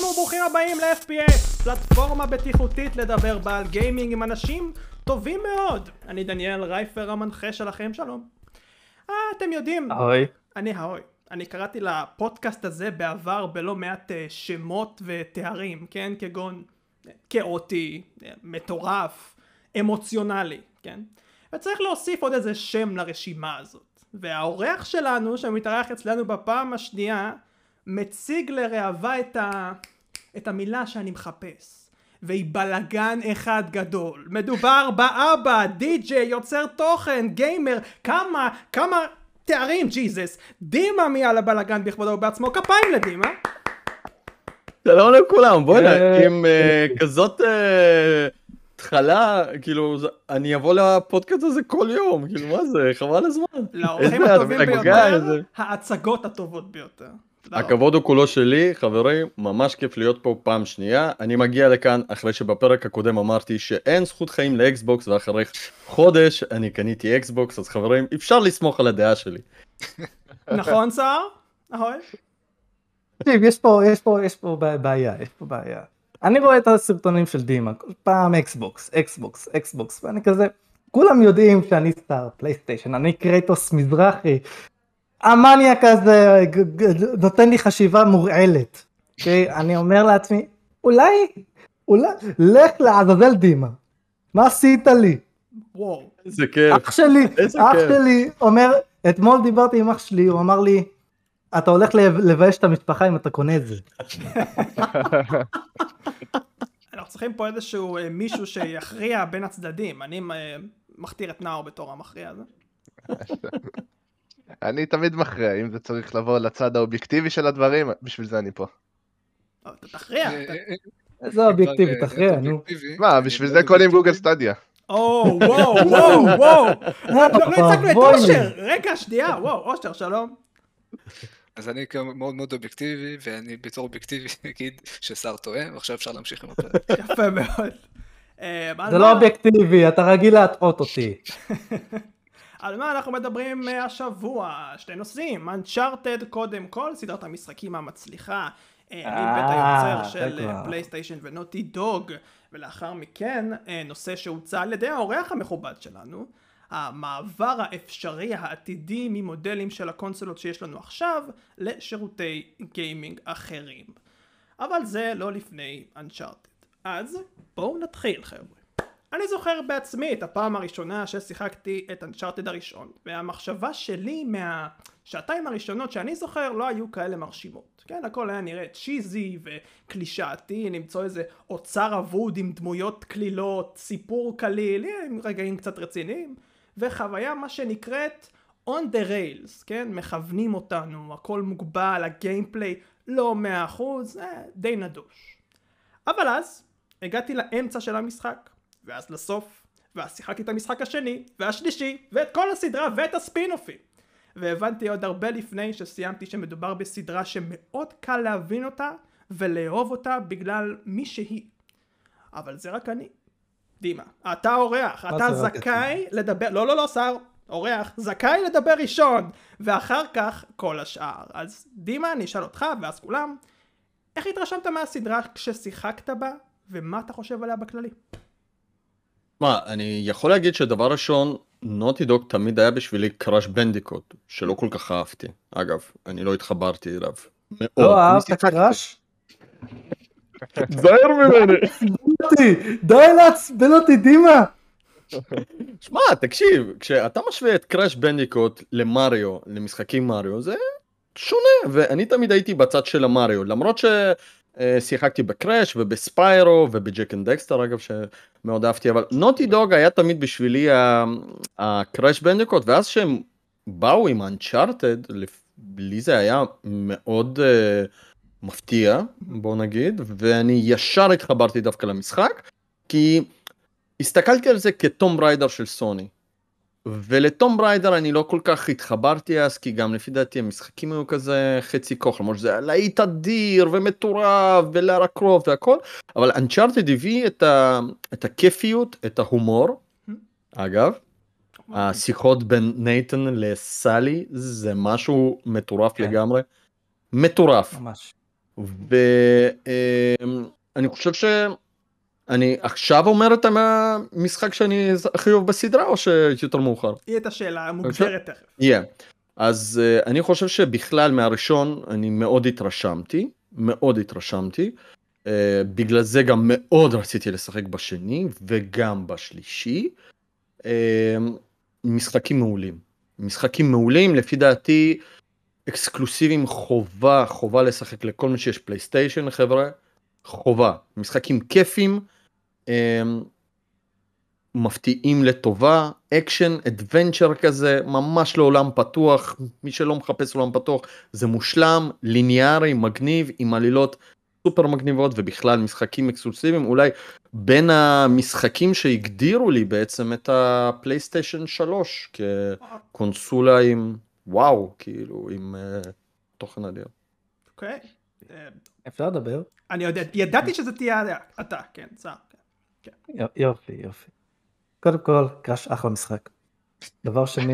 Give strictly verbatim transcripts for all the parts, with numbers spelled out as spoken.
וברוכים הבאים ל-אף פי אס, פלטפורמה בטיחותית לדבר בה על גיימינג עם אנשים טובים מאוד. אני דניאל רייפר המנחה שלכם, שלום. אה, אתם יודעים, אהוי. אני האוי. אני קראתי לפודקאסט הזה בעבר בלא מעט שמות ותארים, כן? כגון כאוטי, מטורף, אמוציונלי, כן? וצריך להוסיף עוד איזה שם לרשימה הזאת. והאורח שלנו, שמתארח אצלנו בפעם השנייה, מציג לראווה את, ה... את המילה שאני מחפש. והיא בלגן אחד גדול. מדובר באבא, די-ג'יי, יוצר תוכן, גיימר, כמה, כמה תארים, ג'יזס. דימה מי על הבלגן בכבודו בעצמו, כפיים לדימה. שלום לכולם, בואי נה, עם כזאת התחלה, כאילו, אני אבוא לפודקאסט הזה כל יום, כאילו, מה זה, חבל הזמן. לאורחים הטובים ביותר, ההצגות הטובות ביותר. הכבוד הוא כולו שלי, חברים, ממש כיף להיות פה פעם שנייה. אני מגיע לכאן אחרי שבפרק הקודם אמרתי שאין זכות חיים לאקסבוקס, ואחרי חודש אני קניתי אקסבוקס, אז חברים, אפשר לסמוך על הדעה שלי. נכון, סער? אהוי? תקשיב, יש פה, יש פה, יש פה בעיה, יש פה בעיה. אני רואה את הסרטונים של דימה, כל פעם אקסבוקס, אקסבוקס, אקסבוקס, ואני כזה, כולם יודעים שאני סטאר, פלייסטיישן, אני קרייטוס מזרחי, המניאק הזה נותן לי חשיבה מורעלת. אני אומר לעצמי, אולי, אולי, לך לעזאזל דימה, מה עשית לי? וואו. איזה כיף. אח שלי, אח שלי אומר, אתמול דיברתי עם אח שלי, הוא אמר לי, אתה הולך לבייש את המשפחה אם אתה קונה את זה. אנחנו צריכים פה איזשהו מישהו שיכריע בין הצדדים. אני מכתיר את נאור בתור המכריע הזה. אני תמיד מכריע, אם זה צריך לבוא לצד האובייקטיבי של הדברים, בשביל זה אני פה. אתה תכריע. זה אובייקטיבי, תכריע, נו. מה, בשביל זה קונים גוגל סטדיה. או, וואו, וואו, וואו. לא הצגנו את אושר. רגע, שנייה, וואו, אושר, שלום. אז אני מאוד מאוד אובייקטיבי, ואני בתור אובייקטיבי אגיד ששר טועה, ועכשיו אפשר להמשיך עם הפרק. יפה מאוד. זה לא אובייקטיבי, אתה רגיל להטעות אותי. על מה אנחנו מדברים השבוע? שתי נושאים, Uncharted קודם כל, סדרת המשחקים המצליחה, מבית היוצר של פלייסטיישן ונוטי דוג, ולאחר מכן נושא שהוצע על ידי האורח המכובד שלנו, המעבר האפשרי העתידי ממודלים של הקונסולות שיש לנו עכשיו לשירותי גיימינג אחרים. אבל זה לא לפני Uncharted. אז בואו נתחיל, חבר'ה. אני זוכר בעצמי את הפעם הראשונה ששיחקתי את Uncharted הראשון, והמחשבה שלי מהשעתיים הראשונות שאני זוכר לא היו כאלה מרשימות. כן, הכל היה נראה צ'יזי וקלישאתי, למצוא איזה אוצר אבוד עם דמויות כלילות, סיפור קליל, עם רגעים קצת רציניים, וחוויה מה שנקראת on the rails, כן, מכוונים אותנו, הכל מוגבל, הגיימפליי לא מאה אחוז, אה, די נדוש. אבל אז הגעתי לאמצע של המשחק, ואז לסוף, ואז שיחקתי את המשחק השני, והשלישי, ואת כל הסדרה ואת הספינופים. והבנתי עוד הרבה לפני שסיימתי שמדובר בסדרה שמאוד קל להבין אותה, ולאהוב אותה בגלל מי שהיא. אבל זה רק אני. דימה, אתה אורח, אתה זכאי לדבר, לא לא לא שר, אורח, זכאי לדבר ראשון, ואחר כך כל השאר. אז דימה, אני אשאל אותך, ואז כולם, איך התרשמת מהסדרה כששיחקת בה, ומה אתה חושב עליה בכללי? מה, אני יכול להגיד שדבר ראשון, נוטי דוג תמיד היה בשבילי קראש בנדיקוט, שלא כל כך אהבתי. אגב, אני לא התחברתי אליו. לא אהבת קראש? זהר ממני. די לעצבן אותי, דימה. שמע, תקשיב, כשאתה משווה את קראש בנדיקוט למריו, למשחקים מריו, זה שונה, ואני תמיד הייתי בצד של המריו, למרות ש... שיחקתי בקראש ובספיירו ובג'ק אנד דקסטר, אגב, שמאוד אהבתי, אבל נוטי דוג היה תמיד בשבילי הקראש בנדיקוט, ואז שהם באו עם Uncharted, לי זה היה מאוד uh, מפתיע, בוא נגיד, ואני ישר התחברתי דווקא למשחק, כי הסתכלתי על זה כטום ריידר של סוני, ולטום ריידר אני לא כל כך התחברתי אז, כי גם לפי דעתי המשחקים היו כזה חצי כוח, למרות שזה היה להיט אדיר ומטורף ולארה קרופט והכל, אבל Uncharted הביא את, ה... את הכיפיות, את ההומור, אגב, השיחות בין נייתן לסלי, זה משהו מטורף לגמרי, מטורף. ממש. ואני חושב שאני עכשיו אומר את המשחק שאני הכי אוהב בסדרה, או שיותר מאוחר? היא את השאלה המוגדרת תכף. יהיה. אז אני חושב שבכלל מהראשון אני מאוד התרשמתי, מאוד התרשמתי, בגלל זה גם מאוד רציתי לשחק בשני וגם בשלישי. משחקים מעולים, משחקים מעולים, לפי דעתי אקסקלוסיביים, חובה, חובה לשחק לכל מי שיש פלייסטיישן, חבר'ה, חובה, משחקים כיפים, מפתיעים לטובה, אקשן, אדוונצ'ר כזה, ממש לעולם פתוח, מי שלא מחפש עולם פתוח, זה מושלם, ליניארי, מגניב, עם עלילות סופר מגניבות, ובכלל משחקים אקסקלוסיביים, אולי בין המשחקים שהגדירו לי בעצם את הפלייסטיישן שלוש, כקונסולה עם, וואו, כאילו, עם uh, תוכן אדיר. אוקיי. אפשר לדבר? אני יודע, ידעתי שזה תהיה אתה, כן, צער. יופי, יופי. קודם כל, קראש אחלה משחק. דבר שני,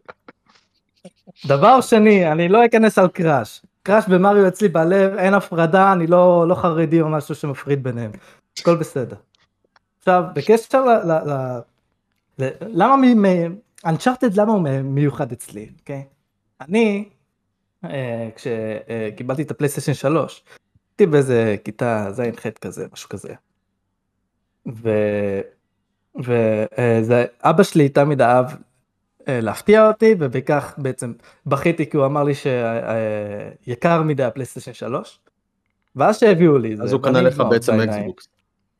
דבר שני, אני לא אכנס על קראש. קראש במריו אצלי בלב, אין הפרדה, אני לא, לא חרדי או משהו שמפריד ביניהם. הכל בסדר. עכשיו, בקשר ל... ל, ל, ל למה מ... Uncharted, למה הוא מיוחד אצלי, אוקיי? אני, אה, כשקיבלתי את הפלייסטיישן שלוש, הייתי באיזה כיתה זין ח' כזה, משהו כזה. ו... וזה, אבא שלי תמיד אהב להפתיע אותי, ובכך בעצם בכיתי, כי הוא אמר לי שיקר מדי הפלייסטיישן שלוש, ואז שהביאו לי את זה. אז הוא קנה לך בעצם אקסבוקס.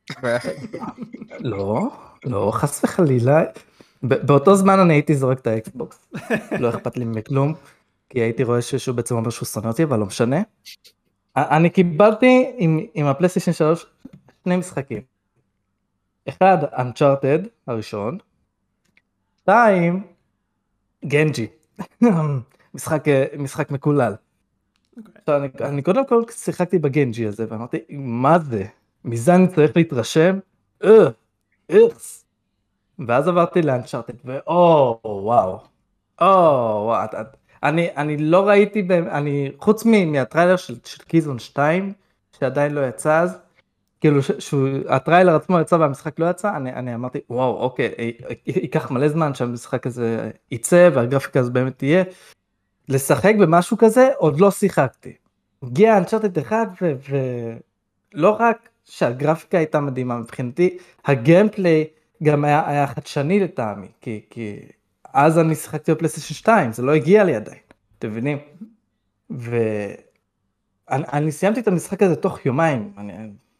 לא, לא, חס וחלילה. באותו זמן אני הייתי זורק את האקסבוקס, לא אכפת לי מכלום, כי הייתי רואה שהוא בעצם אומר שהוא שונא אותי, אבל לא משנה. אני קיבלתי עם, עם הפלייסטיישן שלוש שני משחקים. אחד, Uncharted הראשון, שתיים, גנג'י, משחק, משחק מקולל. Okay. אני, אני קודם כל שיחקתי בגנג'י הזה, ואמרתי, מה זה? מזה אני צריך להתרשם? אה, אירס. ואז עברתי ל-Uncharted, ואו, וואו, או, וואו, אני, אני לא ראיתי, אני, חוץ מהטריילר של, של קיזון שתיים, שעדיין לא יצא אז, כאילו שהטריילר עצמו יצא והמשחק לא יצא, אני, אני אמרתי, וואו, אוקיי, ייקח מלא זמן שהמשחק הזה ייצא, והגרפיקה הזו באמת תהיה, לשחק במשהו כזה, עוד לא שיחקתי. הגיע Uncharted אחד, ולא רק שהגרפיקה הייתה מדהימה מבחינתי, הגיימפליי גם היה, היה חדשני לטעמי, כי, כי אז אני שיחקתי בפלייסטיישן שתיים, זה לא הגיע לי עדיין, אתם מבינים? ואני אני סיימתי את המשחק הזה תוך יומיים, אני...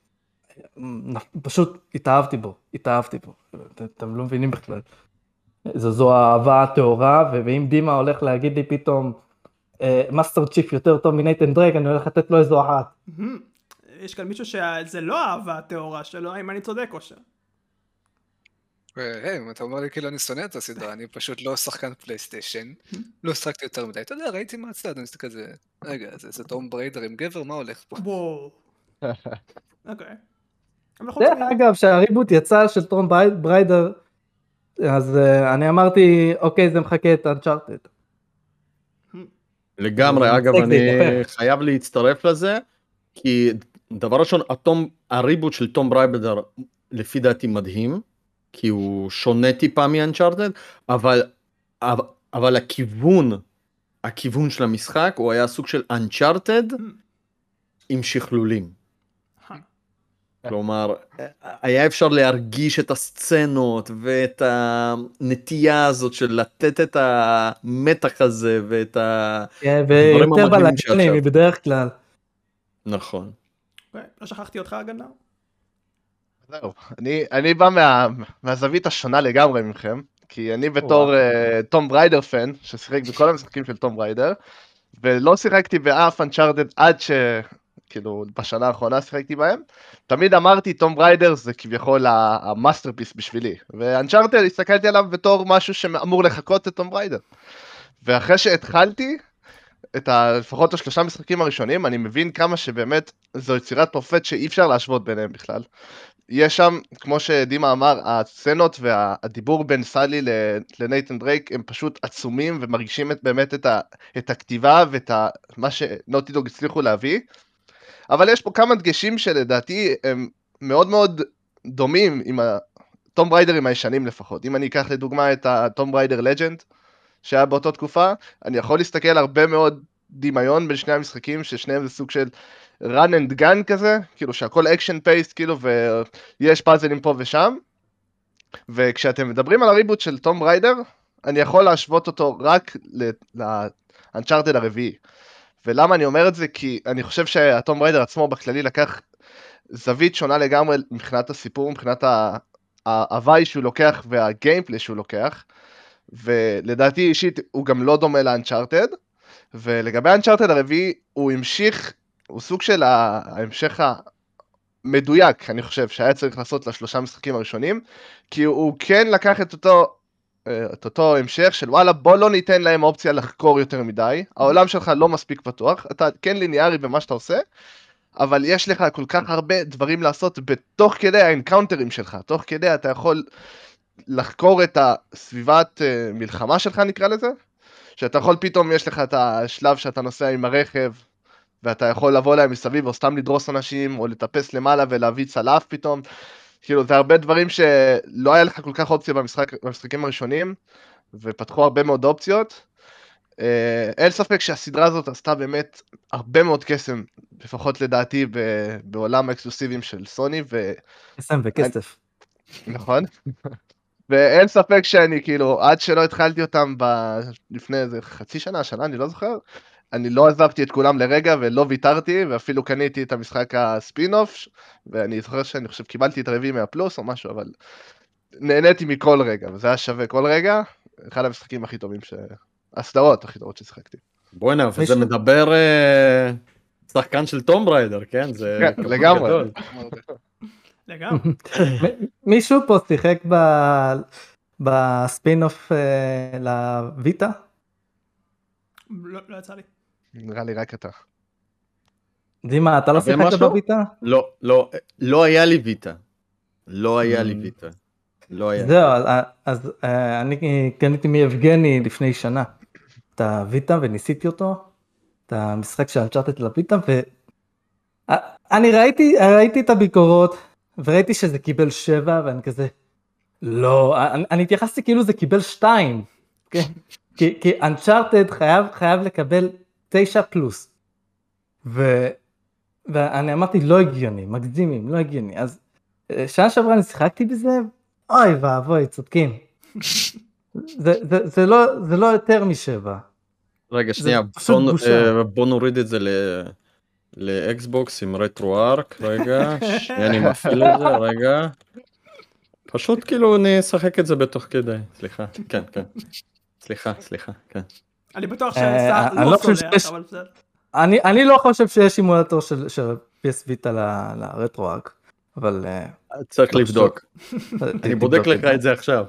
פשוט התאהבתי בו, התאהבתי בו, אתם לא מבינים בכלל. זו, זו האהבה התאורה, ואם דימה הולך להגיד לי פתאום, מאסטר צ'יף יותר טוב מנייתן דרייק, אני הולך לתת לו איזו אחת. יש כאן מישהו שזה לא האהבה התאורה שלו, אם אני צודק או ש... היי, אתה אומר לי כאילו אני שונא את הסדרה, אני פשוט לא שחקן פלייסטיישן, לא שחקתי יותר מדי, אתה יודע, ראיתי מהצד, אני מסתכל כזה, רגע, זה טום בריידר עם גבר, מה הולך פה? וואו. אוקיי. דרך אגב, שהריבוט יצא של טום בריידר, אז אני אמרתי, אוקיי, זה מחכה את Uncharted. לגמרי, אגב, אני חייב להצטרף לזה, כי דבר ראשון, הריבוט של טום בריידר, לפי דעתי מדהים, כי הוא שונה טיפה מ-Uncharted, אבל, אבל, אבל הכיוון, הכיוון של המשחק, הוא היה סוג של Uncharted עם שכלולים. כלומר, היה אפשר להרגיש את הסצנות ואת הנטייה הזאת של לתת את המתח הזה ואת הדברים המדהימים שעכשיו. בדרך כלל. נכון. לא שכחתי אותך הגנה. זהו, אני, אני בא מה, מהזווית השונה לגמרי מכם, כי אני בתור טום בריידר פן, ששיחק בכל המשחקים של טום בריידר, ולא שיחקתי באף Uncharted עד ש... כאילו, בשנה האחרונה שיחקתי בהם, תמיד אמרתי, טום בריידר זה כביכול המאסטרפיס בשבילי, ואנצ'ארטד הסתכלתי עליו בתור משהו שאמור לחכות את טום בריידר. ואחרי שהתחלתי, את ה, לפחות השלושה משחקים הראשונים, אני מבין כמה שבאמת זו יצירת מופת שאי אפשר להשוות ביניהם בכלל. יש שם, כמו שדימה אמר, הסצנות והדיבור בין סלי לנייתן דרייק הם פשוט עצומים ומרגישים באמת את, ה, את הכתיבה ואת ה, מה שנוטי דוג הצליחו להביא. אבל יש פה כמה דגשים שלדעתי הם מאוד מאוד דומים עם הטום בריידרים הישנים לפחות. אם אני אקח לדוגמה את הטום בריידר לג'נד, שהיה באותה תקופה, אני יכול להסתכל הרבה מאוד דמיון בין שני המשחקים, ששניהם זה סוג של run and gun כזה, כאילו שהכל action paced, כאילו, ויש פאזלים פה ושם. וכשאתם מדברים על הריבוט של טום בריידר, אני יכול להשוות אותו רק לאנצ'ארטד הרביעי. ולמה אני אומר את זה? כי אני חושב שהטום בריידר עצמו בכללי לקח זווית שונה לגמרי מבחינת הסיפור, מבחינת ההוואי שהוא לוקח והגיימפלי שהוא לוקח, ולדעתי אישית הוא גם לא דומה לאנצ'ארטד, ולגבי האנצ'ארטד הרביעי הוא המשיך, הוא סוג של ההמשך המדויק, אני חושב, שהיה צריך לעשות לשלושה משחקים הראשונים, כי הוא כן לקח את אותו, את אותו המשך של וואלה בוא לא ניתן להם אופציה לחקור יותר מדי, העולם שלך לא מספיק פתוח, אתה כן ליניארי במה שאתה עושה, אבל יש לך כל כך הרבה דברים לעשות בתוך כדי האנקאונטרים שלך, תוך כדי אתה יכול לחקור את הסביבת מלחמה שלך נקרא לזה, שאתה יכול פתאום יש לך את השלב שאתה נוסע עם הרכב, ואתה יכול לבוא להם מסביב או סתם לדרוס אנשים, או לטפס למעלה ולהביא צלף פתאום, כאילו זה הרבה דברים שלא היה לך כל כך אופציה במשחק, במשחקים הראשונים, ופתחו הרבה מאוד אופציות. אין ספק שהסדרה הזאת עשתה באמת הרבה מאוד קסם, לפחות לדעתי בעולם האקסקלוסיביים של סוני. קסם וכסף. נכון. ואין ספק שאני כאילו, עד שלא התחלתי אותם לפני איזה חצי שנה, שנה, אני לא זוכר, אני לא עזבתי את כולם לרגע ולא ויתרתי, ואפילו קניתי את המשחק הספין-אוף, ואני זוכר שאני חושב קיבלתי את הרביעי מהפלוס או משהו, אבל נהניתי מכל רגע, וזה היה שווה כל רגע, אחד המשחקים הכי טובים, ש... הסדרות הכי טובות ששיחקתי. בוא'נה, וזה מדבר שחקן של טום בריידר, כן? זה לגמרי. לגמרי. מישהו פה שיחק בספין-אוף לויטה? לא יצא לי. נראה לי רק אתה. דימה, אתה לא שיחקת בויטה? לא, לא, לא היה לי ויטה. לא היה לי ויטה. לא היה. זהו, אז אני קניתי מיבגני לפני שנה את הויטה וניסיתי אותו, את המשחק שאנצ'ארטד לויטה, ואני ראיתי, ראיתי את הביקורות, וראיתי שזה קיבל שבע, ואני כזה, לא, אני, אני התייחסתי כאילו זה קיבל שתיים, כן? כי, כי אנצ'ארטד חייב, חייב לקבל תשע פלוס, ו, ואני אמרתי לא הגיוני, מגזימים, לא הגיוני, אז שנה שעברה אני שיחקתי בזה, אוי ואבוי, צודקים. זה, זה, זה לא, זה לא יותר משבע. רגע, שנייה, בוא, בוא נוריד את זה ל... לאקסבוקס עם רטרו-ארק, רגע, שנייה אני מפעיל את זה, רגע. פשוט כאילו אני אשחק את זה בתוך כדי, סליחה, כן, כן. סליחה, סליחה, כן. אני בטוח שהסע לא סולח, אבל בסדר. אני לא חושב שיש אימולטור של פי אס ויטה לרטרו-ארק, אבל... צריך לבדוק. אני בודק לך את זה עכשיו.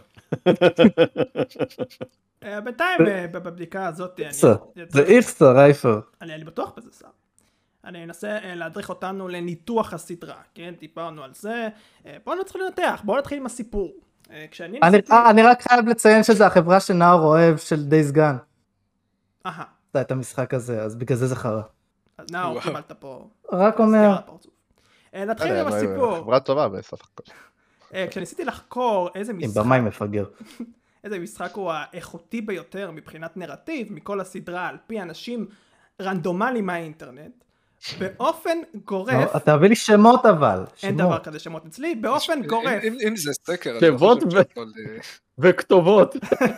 בינתיים בבדיקה הזאת... זה איכסה, רייפר. אני בטוח בזה סע. אני אנסה להדריך אותנו לניתוח הסדרה, כן? דיברנו על זה. בואו נתחיל לנתח, בואו נתחיל עם הסיפור. אני רק חייב לציין שזה החברה שנאור אוהב של דייז גן. אהה. זה את המשחק הזה, אז בגלל זה זה חרה. אז נאור, קיבלת פה... רק אומר. נתחיל עם הסיפור. חברה טובה בסוף הכל. כשניסיתי לחקור איזה משחק... עם במים מפגר. איזה משחק הוא האיכותי ביותר מבחינת נרטיב, מכל הסדרה, על פי אנשים רנדומליים מהאינטרנט, באופן גורף... אתה הביא לי שמות אבל. אין דבר כזה שמות אצלי, באופן גורף. אם זה סקר... שמות וכתובות.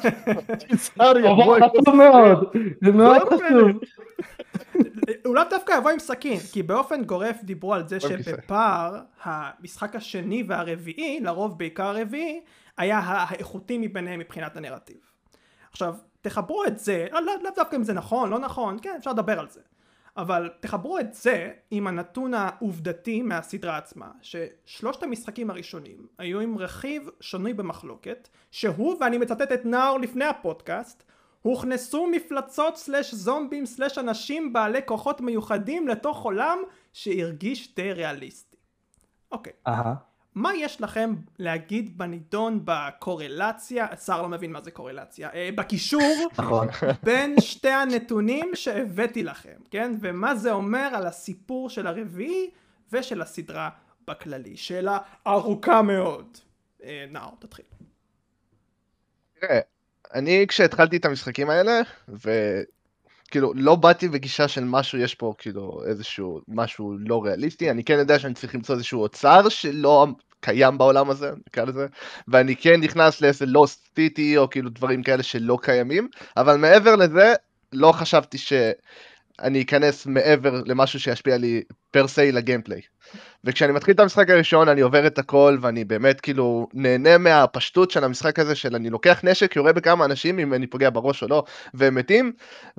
חשוב מאוד, זה מאוד חשוב. הוא לא דווקא יבוא עם סכין, כי באופן גורף דיברו על זה שבפער המשחק השני והרביעי, לרוב בעיקר הרביעי, היה האיכותי מביניהם מבחינת הנרטיב. עכשיו, תחברו את זה, לא, לא, לא דווקא אם זה נכון, לא נכון, כן, אפשר לדבר על זה. אבל תחברו את זה עם הנתון העובדתי מהסדרה עצמה, ששלושת המשחקים הראשונים היו עם רכיב שונוי במחלוקת, שהוא, ואני מצטט את נאור לפני הפודקאסט, הוכנסו מפלצות סלש זומבים סלש אנשים בעלי כוחות מיוחדים לתוך עולם שהרגיש די ריאליסטי. אוקיי. אהה. מה יש לכם להגיד בנידון בקורלציה, שר לא מבין מה זה קורלציה, בקישור בין שתי הנתונים שהבאתי לכם, כן? ומה זה אומר על הסיפור של הרביעי ושל הסדרה בכללי. שאלה ארוכה מאוד. נאור, תתחיל. תראה, אני כשהתחלתי את המשחקים האלה, וכאילו לא באתי בגישה של משהו, יש פה כאילו איזשהו משהו לא ריאליסטי, אני כן יודע שאני צריך למצוא איזשהו אוצר שלא קיים בעולם הזה, נקרא לזה, ואני כן נכנס לאיזה לוסט סיטי או כאילו דברים כאלה שלא קיימים, אבל מעבר לזה, לא חשבתי שאני אכנס מעבר למשהו שישפיע לי פר סי לגיימפליי. וכשאני מתחיל את המשחק הראשון, אני עובר את הכל, ואני באמת כאילו נהנה מהפשטות של המשחק הזה, של אני לוקח נשק, יורה בכמה אנשים, אם אני פוגע בראש או לא, והם מתים,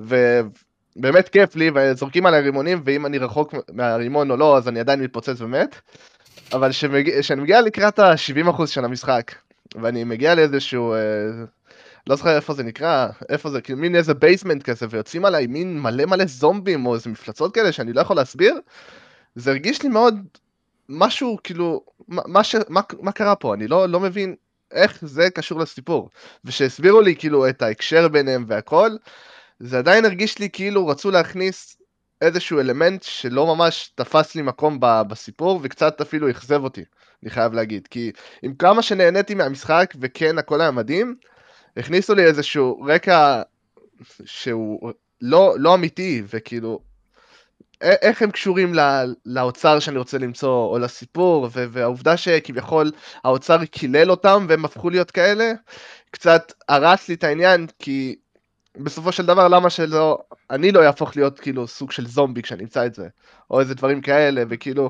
ובאמת כיף לי, וזורקים על הרימונים, ואם אני רחוק מהרימון או לא, אז אני עדיין מתפוצץ ומת. אבל כשאני מגיע לקראת ה-שבעים אחוז של המשחק, ואני מגיע לאיזשהו, לא זוכר איפה זה נקרא, איפה זה, כאילו מין איזה בייסמנט כזה, ויוצאים עליי מין מלא מלא זומבים, או איזה מפלצות כאלה, שאני לא יכול להסביר, זה הרגיש לי מאוד משהו, כאילו, מה, ש, מה, מה קרה פה? אני לא, לא מבין איך זה קשור לסיפור. ושהסבירו לי כאילו את ההקשר ביניהם והכל, זה עדיין הרגיש לי כאילו רצו להכניס איזשהו אלמנט שלא ממש תפס לי מקום ב, בסיפור, וקצת אפילו הכזב אותי, אני חייב להגיד. כי עם כמה שנהניתי מהמשחק, וכן הכל היה מדהים, הכניסו לי איזשהו רקע שהוא לא, לא אמיתי, וכאילו, איך הם קשורים לאוצר שאני רוצה למצוא, או לסיפור, והעובדה שכביכול האוצר קילל אותם, והם הפכו להיות כאלה, קצת הרס לי את העניין, כי בסופו של דבר, למה שלא, אני לא יהפוך להיות כאילו סוג של זומבי כשאני אמצא את זה, או איזה דברים כאלה, וכאילו,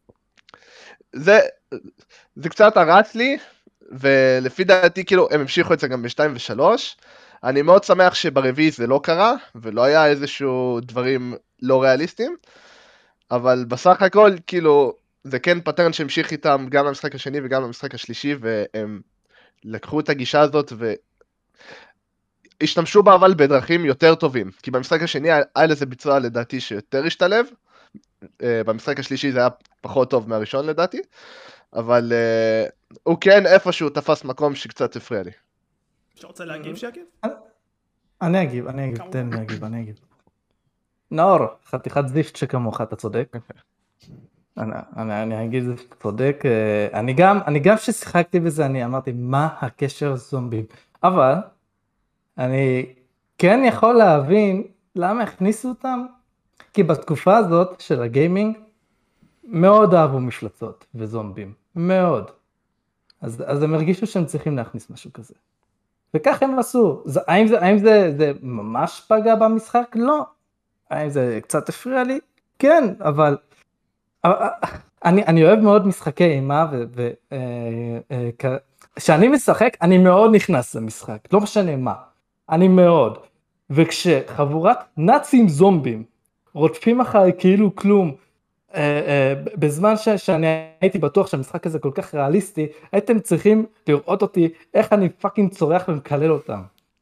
זה, זה קצת הרס לי, ולפי דעתי כאילו הם המשיכו את זה גם בשתיים ושלוש, אני מאוד שמח שברביעי זה לא קרה, ולא היה איזשהו דברים לא ריאליסטיים, אבל בסך הכל, כאילו, זה כן פטרן שהמשיך איתם גם למשחק השני וגם למשחק השלישי, והם לקחו את הגישה הזאת והשתמשו בה אבל בדרכים יותר טובים, כי במשחק השני היה לזה ביצוע לדעתי שיותר השתלב, במשחק השלישי זה היה פחות טוב מהראשון לדעתי, אבל הוא כן איפשהו תפס מקום שקצת הפריע לי. שרוצה להגיב שיגיב? אני אגיב, אני אגיב, תן לי אגיב, אני אגיב. נאור, חתיכת זיפט שכמוך, אתה צודק. אני, אני, אני אגיד זה שאתה צודק. אני גם, אני גם ששיחקתי בזה, אני אמרתי, מה הקשר זומבים? אבל, אני כן יכול להבין למה הכניסו אותם, כי בתקופה הזאת של הגיימינג, מאוד אהבו מפלצות וזומבים, מאוד. אז, אז הם הרגישו שהם צריכים להכניס משהו כזה. וכך הם עשו. זה, האם, זה, האם זה, זה ממש פגע במשחק? לא. האם זה קצת הפריע לי? כן, אבל... אני, אני אוהב מאוד משחקי אימה, וכשאני משחק, אני מאוד נכנס למשחק, לא משנה מה. אני מאוד. וכשחבורת נאצים זומבים רודפים אחרי כאילו כלום, בזמן שאני הייתי בטוח שהמשחק הזה כל כך ריאליסטי, הייתם צריכים לראות אותי איך אני פאקינג צורח ומקלל אותם.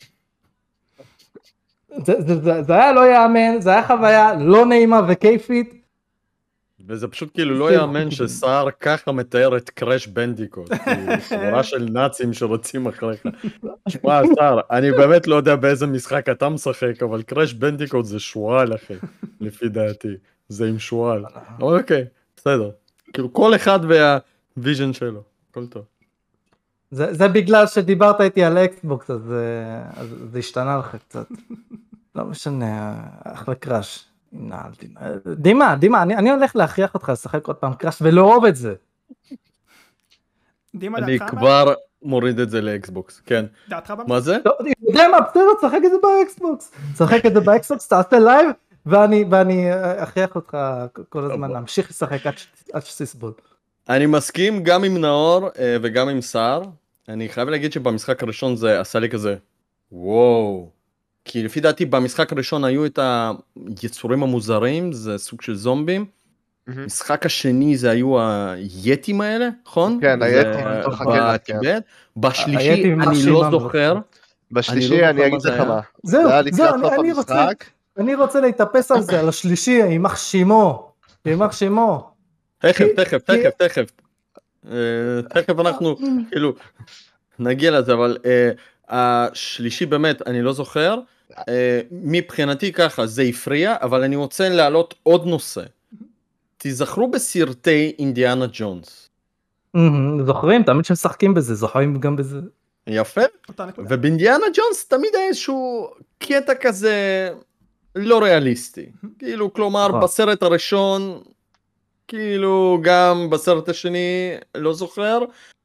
זה, זה, זה, זה היה לא יאמן, זה היה חוויה לא נעימה וכיפית. וזה פשוט כאילו לא יאמן שסער ככה מתאר את קראש בנדיקוט, חבורה של נאצים שרוצים אחריך. שמע סער, אני באמת לא יודע באיזה משחק אתה משחק, אבל קראש בנדיקוט זה שועל אחי, לפי דעתי. זה עם שועל. אוקיי, בסדר. כאילו כל אחד והוויז'ן שלו, הכל טוב. זה, זה בגלל שדיברת איתי על אקסבוקס, אז, אז זה השתנה לך קצת. לא משנה, אחלה קראש. דימה, דימה, אני, אני הולך להכריח אותך לשחק עוד פעם קראש ולא אוהב את זה. דימה, אני כבר מוריד את זה לאקסבוקס, כן. דעתך מה זה? יודע מה, בסדר, תשחק את זה באקסבוקס. תשחק את זה באקסבוקס, תעשה לייב, ואני, ואני אכריח אותך כל הזמן להמשיך לשחק עד שתסבול. אני מסכים גם עם נאור וגם עם סער. אני חייב להגיד שבמשחק הראשון זה עשה לי כזה, וואו. כי לפי דעתי במשחק הראשון היו את היצורים המוזרים, זה סוג של זומבים. משחק השני זה היו היתים האלה, נכון? כן, היתים בתוך הקלט, כן. בשלישי אני לא זוכר. בשלישי אני אגיד לך מה. זהו, זהו, אני רוצה, אני רוצה להתאפס על זה, על השלישי, יימח שמו, יימח שמו. תכף, תכף, תכף, תכף. תכף אנחנו כאילו נגיע לזה, אבל השלישי באמת אני לא זוכר, מבחינתי ככה זה הפריע, אבל אני רוצה להעלות עוד נושא. תזכרו בסרטי אינדיאנה ג'ונס. זוכרים, תמיד שמשחקים בזה, זוכרים גם בזה. יפה, ובאינדיאנה ג'ונס תמיד היה איזשהו קטע כזה לא ריאליסטי, כאילו כלומר בסרט הראשון, כאילו גם בסרט השני לא זוכר,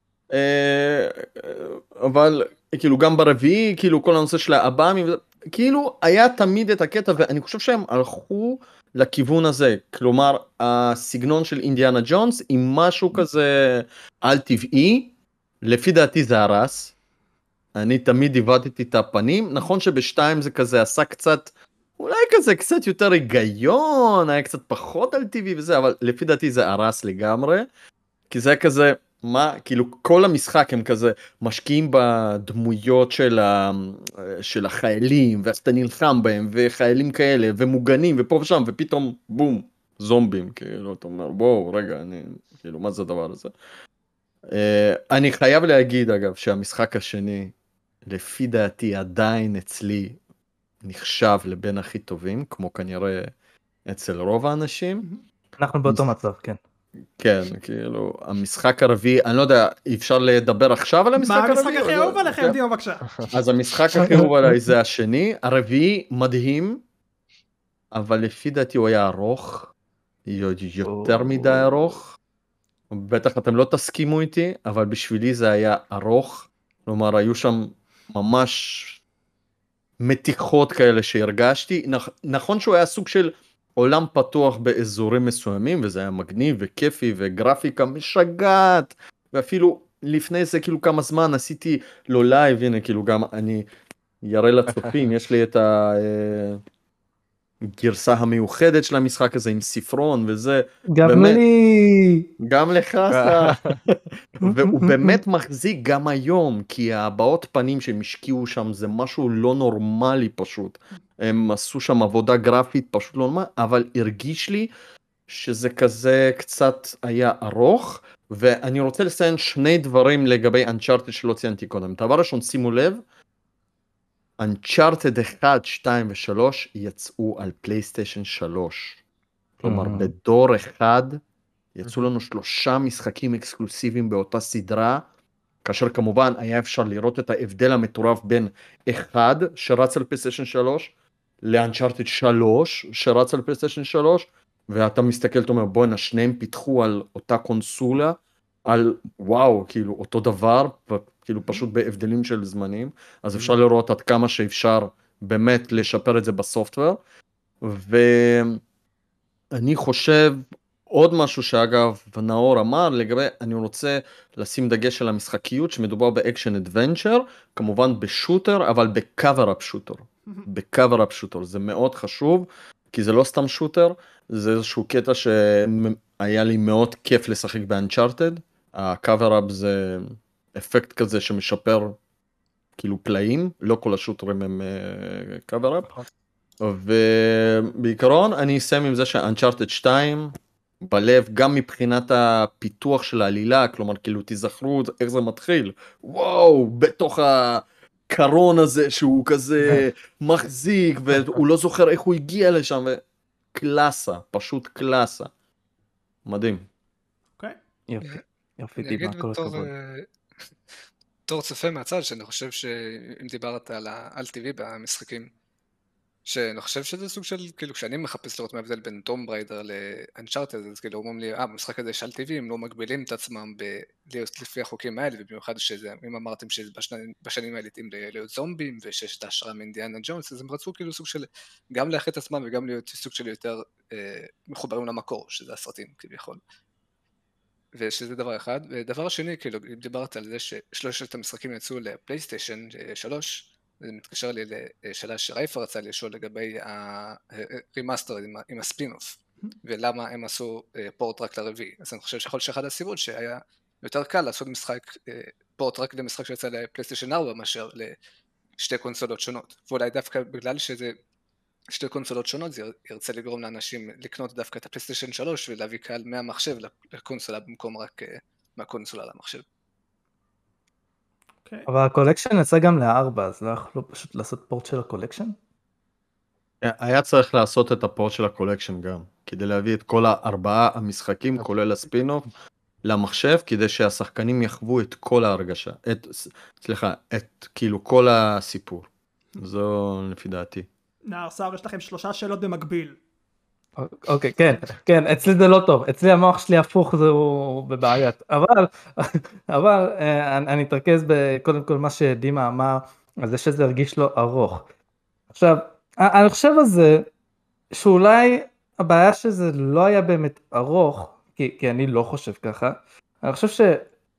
אבל כאילו גם ברביעי, כאילו כל הנושא של האב"מים, כאילו היה תמיד את הקטע, ואני חושב שהם הלכו לכיוון הזה, כלומר הסגנון של אינדיאנה ג'ונס עם משהו כזה על טבעי, לפי דעתי זה הרס, אני תמיד הבדתי את הפנים, נכון שבשתיים זה כזה עשה קצת, אולי כזה קצת יותר היגיון, היה קצת פחות על טבעי וזה, אבל לפי דעתי זה הרס לגמרי, כי זה כזה, מה, כאילו כל המשחק הם כזה משקיעים בדמויות של, ה, של החיילים, ואז אתה נלחם בהם, וחיילים כאלה, ומוגנים, ופה ושם, ופתאום בום, זומבים, כאילו, אתה אומר, בואו, רגע, אני, כאילו, מה זה הדבר הזה? Uh, אני חייב להגיד, אגב, שהמשחק השני, לפי דעתי, עדיין אצלי נחשב לבין הכי טובים, כמו כנראה אצל רוב האנשים. אנחנו באותו מצב, כן. כן, כאילו, המשחק הרביעי, אני לא יודע, אפשר לדבר עכשיו על המשחק הרביעי? מה המשחק הכי אהוב עליכם, דימה, בבקשה? אז המשחק הכי אהוב עליי זה השני, הרביעי מדהים, אבל לפי דעתי הוא היה ארוך, יותר מדי ארוך, בטח אתם לא תסכימו איתי, אבל בשבילי זה היה ארוך, כלומר, היו שם ממש מתיחות כאלה שהרגשתי, נכון שהוא היה סוג של עולם פתוח באזורים מסוימים, וזה היה מגניב וכיפי וגרפיקה משגעת, ואפילו לפני זה כאילו כמה זמן עשיתי לו לייב, הנה כאילו גם אני יראה לצופים, יש לי את הגרסה המיוחדת של המשחק הזה עם ספרון וזה. גם באמת, לי! גם לך, והוא באמת מחזיק גם היום, כי הבעות פנים שהם השקיעו שם זה משהו לא נורמלי פשוט. הם עשו שם עבודה גרפית פשוט לא נורמלי, אבל הרגיש לי שזה כזה קצת היה ארוך, ואני רוצה לציין שני דברים לגבי Uncharted שלא ציינתי קודם. דבר ראשון, שימו לב, Uncharted אחד, שתיים ושלוש יצאו על פלייסטיישן שלוש. כלומר, בדור אחד יצאו לנו שלושה משחקים אקסקלוסיביים באותה סדרה, כאשר כמובן היה אפשר לראות את ההבדל המטורף בין אחד שרץ על פלייסטיישן שלוש, ל-Uncharted שלוש שרץ על פלייסטיישן שלוש, ואתה מסתכל, אתה אומר, בואי, שניהם פיתחו על אותה קונסולה, על וואו, כאילו אותו דבר, כאילו פשוט בהבדלים של זמנים, אז אפשר לראות עד כמה שאפשר באמת לשפר את זה בסופטוור, ואני חושב, עוד משהו שאגב נאור אמר לגבי, אני רוצה לשים דגש על המשחקיות שמדובר באקשן אדוונצ'ר, כמובן בשוטר, אבל בקאבר-אפ שוטר. בקאבר-אפ שוטר, זה מאוד חשוב, כי זה לא סתם שוטר, זה איזשהו קטע שהיה לי מאוד כיף לשחק באנצ'ארטד, הקאבר-אפ זה אפקט כזה שמשפר כאילו פלאים, לא כל השוטרים הם קאבר-אפ, ובעיקרון אני אסיים עם זה שאנצ'ארטד שתיים, בלב, גם מבחינת הפיתוח של העלילה, כלומר, כאילו, תזכרו איך זה מתחיל, וואו, בתוך הקרון הזה שהוא כזה מחזיק, והוא לא זוכר איך הוא הגיע לשם, וקלאסה, פשוט קלאסה. מדהים. אוקיי. יופי, יופי, אני אגיד דימה, כל הכבוד. בתור צופה מהצד, שאני חושב שאם דיברת על העל-טבעי במשחקים, שאני חושב שזה סוג של, כאילו, כשאני מחפש לראות מה ההבדל בין טום בריידר לאנצ'ארטד, אז כאילו אומרים לי, אה, במשחק הזה יש על טבעי, הם לא מגבילים את עצמם לפי החוקים האלה, ובמיוחד שזה, אם אמרתם שבשנים האלה התאים להיות זומבים, ושיש את ההשראה מאינדיאנה ג'ונס, אז הם רצו כאילו סוג של, גם לאחד את עצמם, וגם להיות סוג של יותר אה, מחוברים למקור, שזה הסרטים כביכול. ושזה דבר אחד. ודבר שני, כאילו, אם דיברת על זה ששלושת המשחקים יצאו לפלייסטיישן שלוש, זה מתקשר לי לשאלה שרייפה רצה לשאול לגבי הרימאסטר עם הספין-אוף, ולמה הם עשו פורט רק לרביעי. אז אני חושב שיכול שאחד הסיבות שהיה יותר קל לעשות משחק, פורט רק למשחק שיצא לפלייסטיישן ארבע, מאשר לשתי קונסולות שונות. ואולי דווקא בגלל שזה שתי קונסולות שונות, זה ירצה לגרום לאנשים לקנות דווקא את הפלייסטיישן שלוש, ולהביא קהל מהמחשב לקונסולה במקום רק מהקונסולה למחשב. אבל הקולקשן יצא גם לארבע, אז לא יכלו פשוט לעשות פורט של הקולקשן? היה צריך לעשות את הפורט של הקולקשן גם, כדי להביא את כל הארבעה המשחקים, כולל הספינוף, למחשב, כדי שהשחקנים יחוו את כל ההרגשה, את, סליחה, את כאילו כל הסיפור. זו לפי דעתי. נער סער, יש לכם שלושה שאלות במקביל. אוקיי, כן, כן, אצלי זה לא טוב, אצלי המוח שלי הפוך, זהו בבעיית, אבל, אבל אני אתרכז בקודם כל מה שדימה אמר, על זה שזה הרגיש לו ארוך. עכשיו, אני חושב על זה, שאולי הבעיה שזה לא היה באמת ארוך, כי, כי אני לא חושב ככה, אני חושב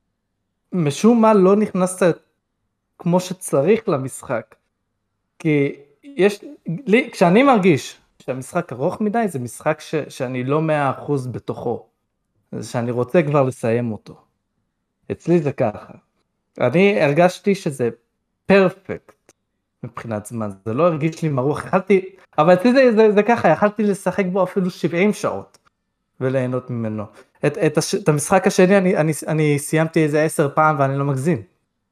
שמשום מה לא נכנסת כמו שצריך למשחק, כי יש, לי, כשאני מרגיש שהמשחק ארוך מדי, זה משחק ש, שאני לא מאה אחוז בתוכו, זה שאני רוצה כבר לסיים אותו. אצלי זה ככה. אני הרגשתי שזה פרפקט מבחינת זמן, זה לא הרגיש לי מרוח, יכלתי, אבל אצלי זה, זה, זה ככה, יכלתי לשחק בו אפילו שבעים שעות, וליהנות ממנו. את, את, הש, את המשחק השני אני, אני, אני סיימתי איזה עשר פעם ואני לא מגזים.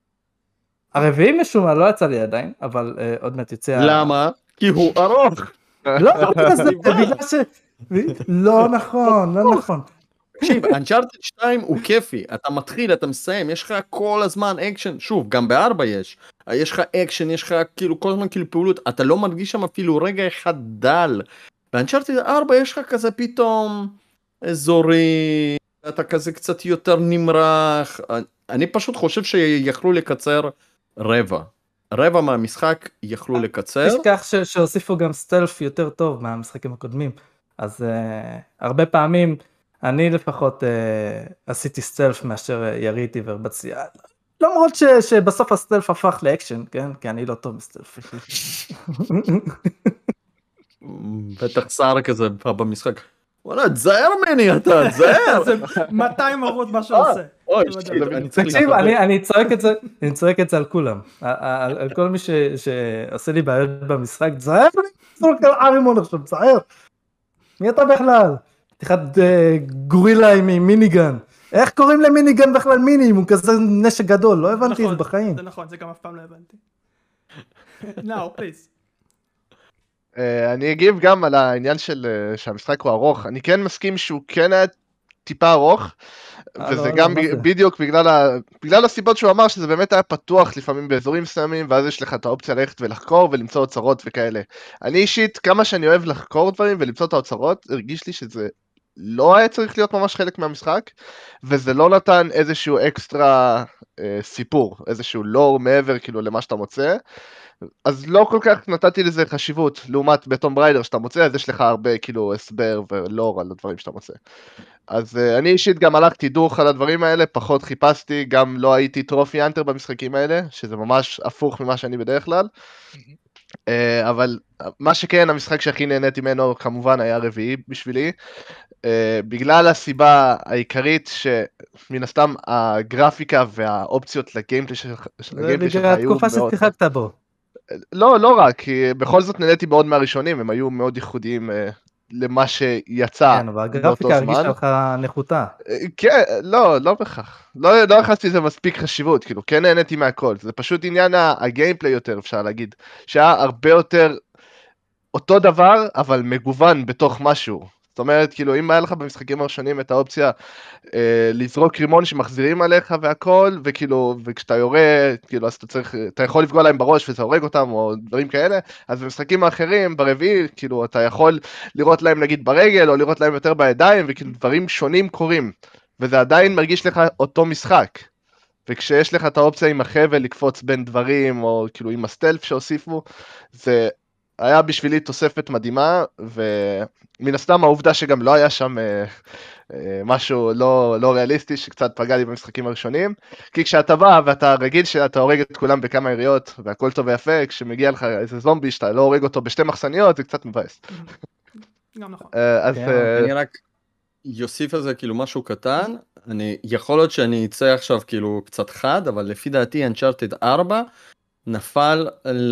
הרביעי משום מה לא יצא לי עדיין, אבל uh, עוד מעט יוצא... למה? כי הוא ארוך. לא, זה בגלל ש... לא נכון, לא נכון. תקשיב, אנצ'ארטד שתיים הוא כיפי, אתה מתחיל, אתה מסיים, יש לך כל הזמן אקשן, שוב, גם בארבע יש, יש לך אקשן, יש לך כאילו כל הזמן כאילו פעולות, אתה לא מרגיש שם אפילו רגע אחד דל. באנצ'ארטד ארבע יש לך כזה פתאום אזורי, אתה כזה קצת יותר נמרח, אני פשוט חושב שיכלו לקצר רבע. רבע מהמשחק יכלו לקצר. יש כך ש- שהוסיפו גם סטלף יותר טוב מהמשחקים הקודמים, אז uh, הרבה פעמים אני לפחות uh, עשיתי סטלף מאשר uh, יריתי והרבצתי, למרות ש- שבסוף הסטלף הפך לאקשן, כן? כי אני לא טוב בסטלף. בטח סער כזה במשחק. וואלה, תזהר ממני אתה, תזהר. זה מאתיים ערוץ מה שעושה. אוי, שיט, אני צריך תקשיב, להתאבד. אני, אני צועק את זה, אני צועק את זה על כולם, על, על כל מי ש, שעושה לי בעיות במשחק, תזהר לי, צועק על ארימון עכשיו, תזהר. מי אתה בכלל? תחת גורילה עם מיניגן. איך קוראים למיניגן בכלל מיני, אם הוא כזה נשק גדול, לא הבנתי את זה בחיים. זה נכון, זה גם אף פעם לא הבנתי. נאו, פליז. אני אגיב גם על העניין של שהמשחק הוא ארוך, אני כן מסכים שהוא כן היה טיפה ארוך, וזה גם בדיוק בגלל הסיבות שהוא אמר שזה באמת היה פתוח לפעמים באזורים מסוימים, ואז יש לך את האופציה ללכת ולחקור ולמצוא אוצרות וכאלה. אני אישית, כמה שאני אוהב לחקור דברים ולמצוא את האוצרות, הרגיש לי שזה לא היה צריך להיות ממש חלק מהמשחק, וזה לא נתן איזשהו אקסטרה אה, סיפור, איזשהו לור מעבר כאילו למה שאתה מוצא, אז לא כל כך נתתי לזה חשיבות, לעומת בטום בריידר שאתה מוצא, אז יש לך הרבה כאילו הסבר ולור על הדברים שאתה מוצא. אז uh, אני אישית גם הלכתי דוך על הדברים האלה, פחות חיפשתי, גם לא הייתי טרופי אנטר במשחקים האלה, שזה ממש הפוך ממה שאני בדרך כלל. Uh, אבל מה שכן, המשחק שהכי נהניתי ממנו כמובן היה רביעי בשבילי, uh, בגלל הסיבה העיקרית שמן הסתם הגרפיקה והאופציות לגיימפלי שלך היו מאוד... תקופה ששיחקת בו. לא, לא רק, כי בכל זאת נהניתי מאוד מהראשונים, הם היו מאוד ייחודיים uh, למה שיצא. כן, אבל הגרפיקה הרגישה לך נחותה. כן, לא, לא בכך. לא, לא הכנסתי לזה מספיק חשיבות, כאילו, כן נהניתי מהכל. זה פשוט עניין הגיימפליי יותר, אפשר להגיד. שהיה הרבה יותר אותו דבר, אבל מגוון בתוך משהו. זאת אומרת, כאילו, אם היה לך במשחקים הראשונים את האופציה אה, לזרוק רימון שמחזירים עליך והכל, וכאילו, וכשאתה יורה, כאילו, אז אתה צריך, אתה יכול לפגוע להם בראש וזה הורג אותם, או דברים כאלה, אז במשחקים האחרים, ברביעי, כאילו, אתה יכול לראות להם, נגיד, ברגל, או לראות להם יותר בידיים, וכאילו, דברים שונים קורים, וזה עדיין מרגיש לך אותו משחק. וכשיש לך את האופציה עם החבל לקפוץ בין דברים, או כאילו, עם הסטלף שהוסיפו, זה... היה בשבילי תוספת מדהימה, ומן הסתם העובדה שגם לא היה שם אה, אה, משהו לא, לא ריאליסטי, שקצת פגע לי במשחקים הראשונים, כי כשאתה בא ואתה רגיל שאתה הורג את כולם בכמה יריות, והכל טוב ויפה, כשמגיע לך איזה זומבי שאתה לא הורג אותו בשתי מחסניות, זה קצת מבאס. גם נכון. אז... אני רק יוסיף על זה כאילו משהו קטן, אני, יכול להיות שאני אצא עכשיו כאילו קצת חד, אבל לפי דעתי Uncharted ארבע נפל ל...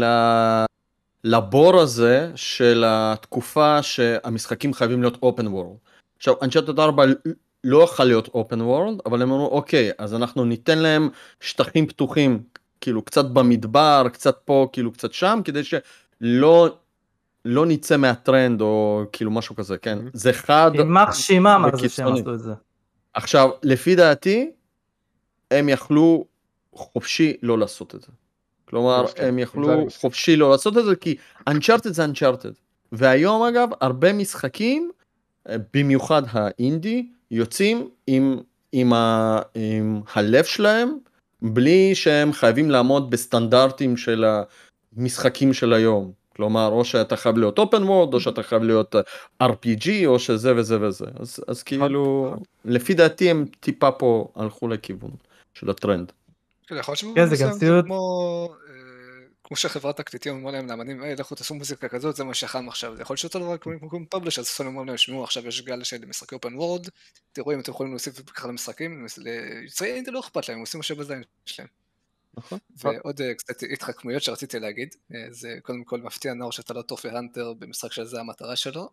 לבור הזה של התקופה שהמשחקים חייבים להיות open world. עכשיו, Uncharted ארבע לא יכול להיות open world, אבל הם אמרו, אוקיי, אז אנחנו ניתן להם שטחים פתוחים, כאילו קצת במדבר, קצת פה, כאילו קצת שם, כדי שלא לא נצא מהטרנד, או כאילו משהו כזה, כן? זה חד יימח שמם על זה שהם וקיצוני. עשו את זה. עכשיו, לפי דעתי, הם יכלו חופשי לא לעשות את זה. כלומר, מסכים, הם עם זה יכלו אני מסכים. חופשי לא לעשות את זה, כי Uncharted זה Uncharted. והיום, אגב, הרבה משחקים, במיוחד האינדי, יוצאים עם, עם, ה, עם הלב שלהם, בלי שהם חייבים לעמוד בסטנדרטים של המשחקים של היום. כלומר, או שאתה חייב להיות open world, או שאתה חייב להיות אר פי ג'י, או שזה וזה וזה. אז, אז כאילו, לפי דעתי הם טיפה פה הלכו לכיוון של הטרנד. כן, יכול להיות כן, שבמובן זה גם מסוים זה סיוט. כמו, אה, כמו שחברת תקליטים אמרו להם לאמנים, היי, לכו תעשו מוזיקה כזאת, זה מה שחם עכשיו. זה יכול להיות שאותו דבר כמו פאבלישר, אז עשו להם, שמעו, עכשיו יש גל של משחקי אופן וורד, תראו אם אתם יכולים להוסיף בכלל למשחקים, ליוצרי אינדי לא אכפת להם, עושים מה שבזין שלהם. נכון. ועוד אה, קצת התחכמויות שרציתי להגיד, אה, זה קודם כל מפתיע נאור שאתה לא טרופי הנטר במשחק שזה המטרה שלו.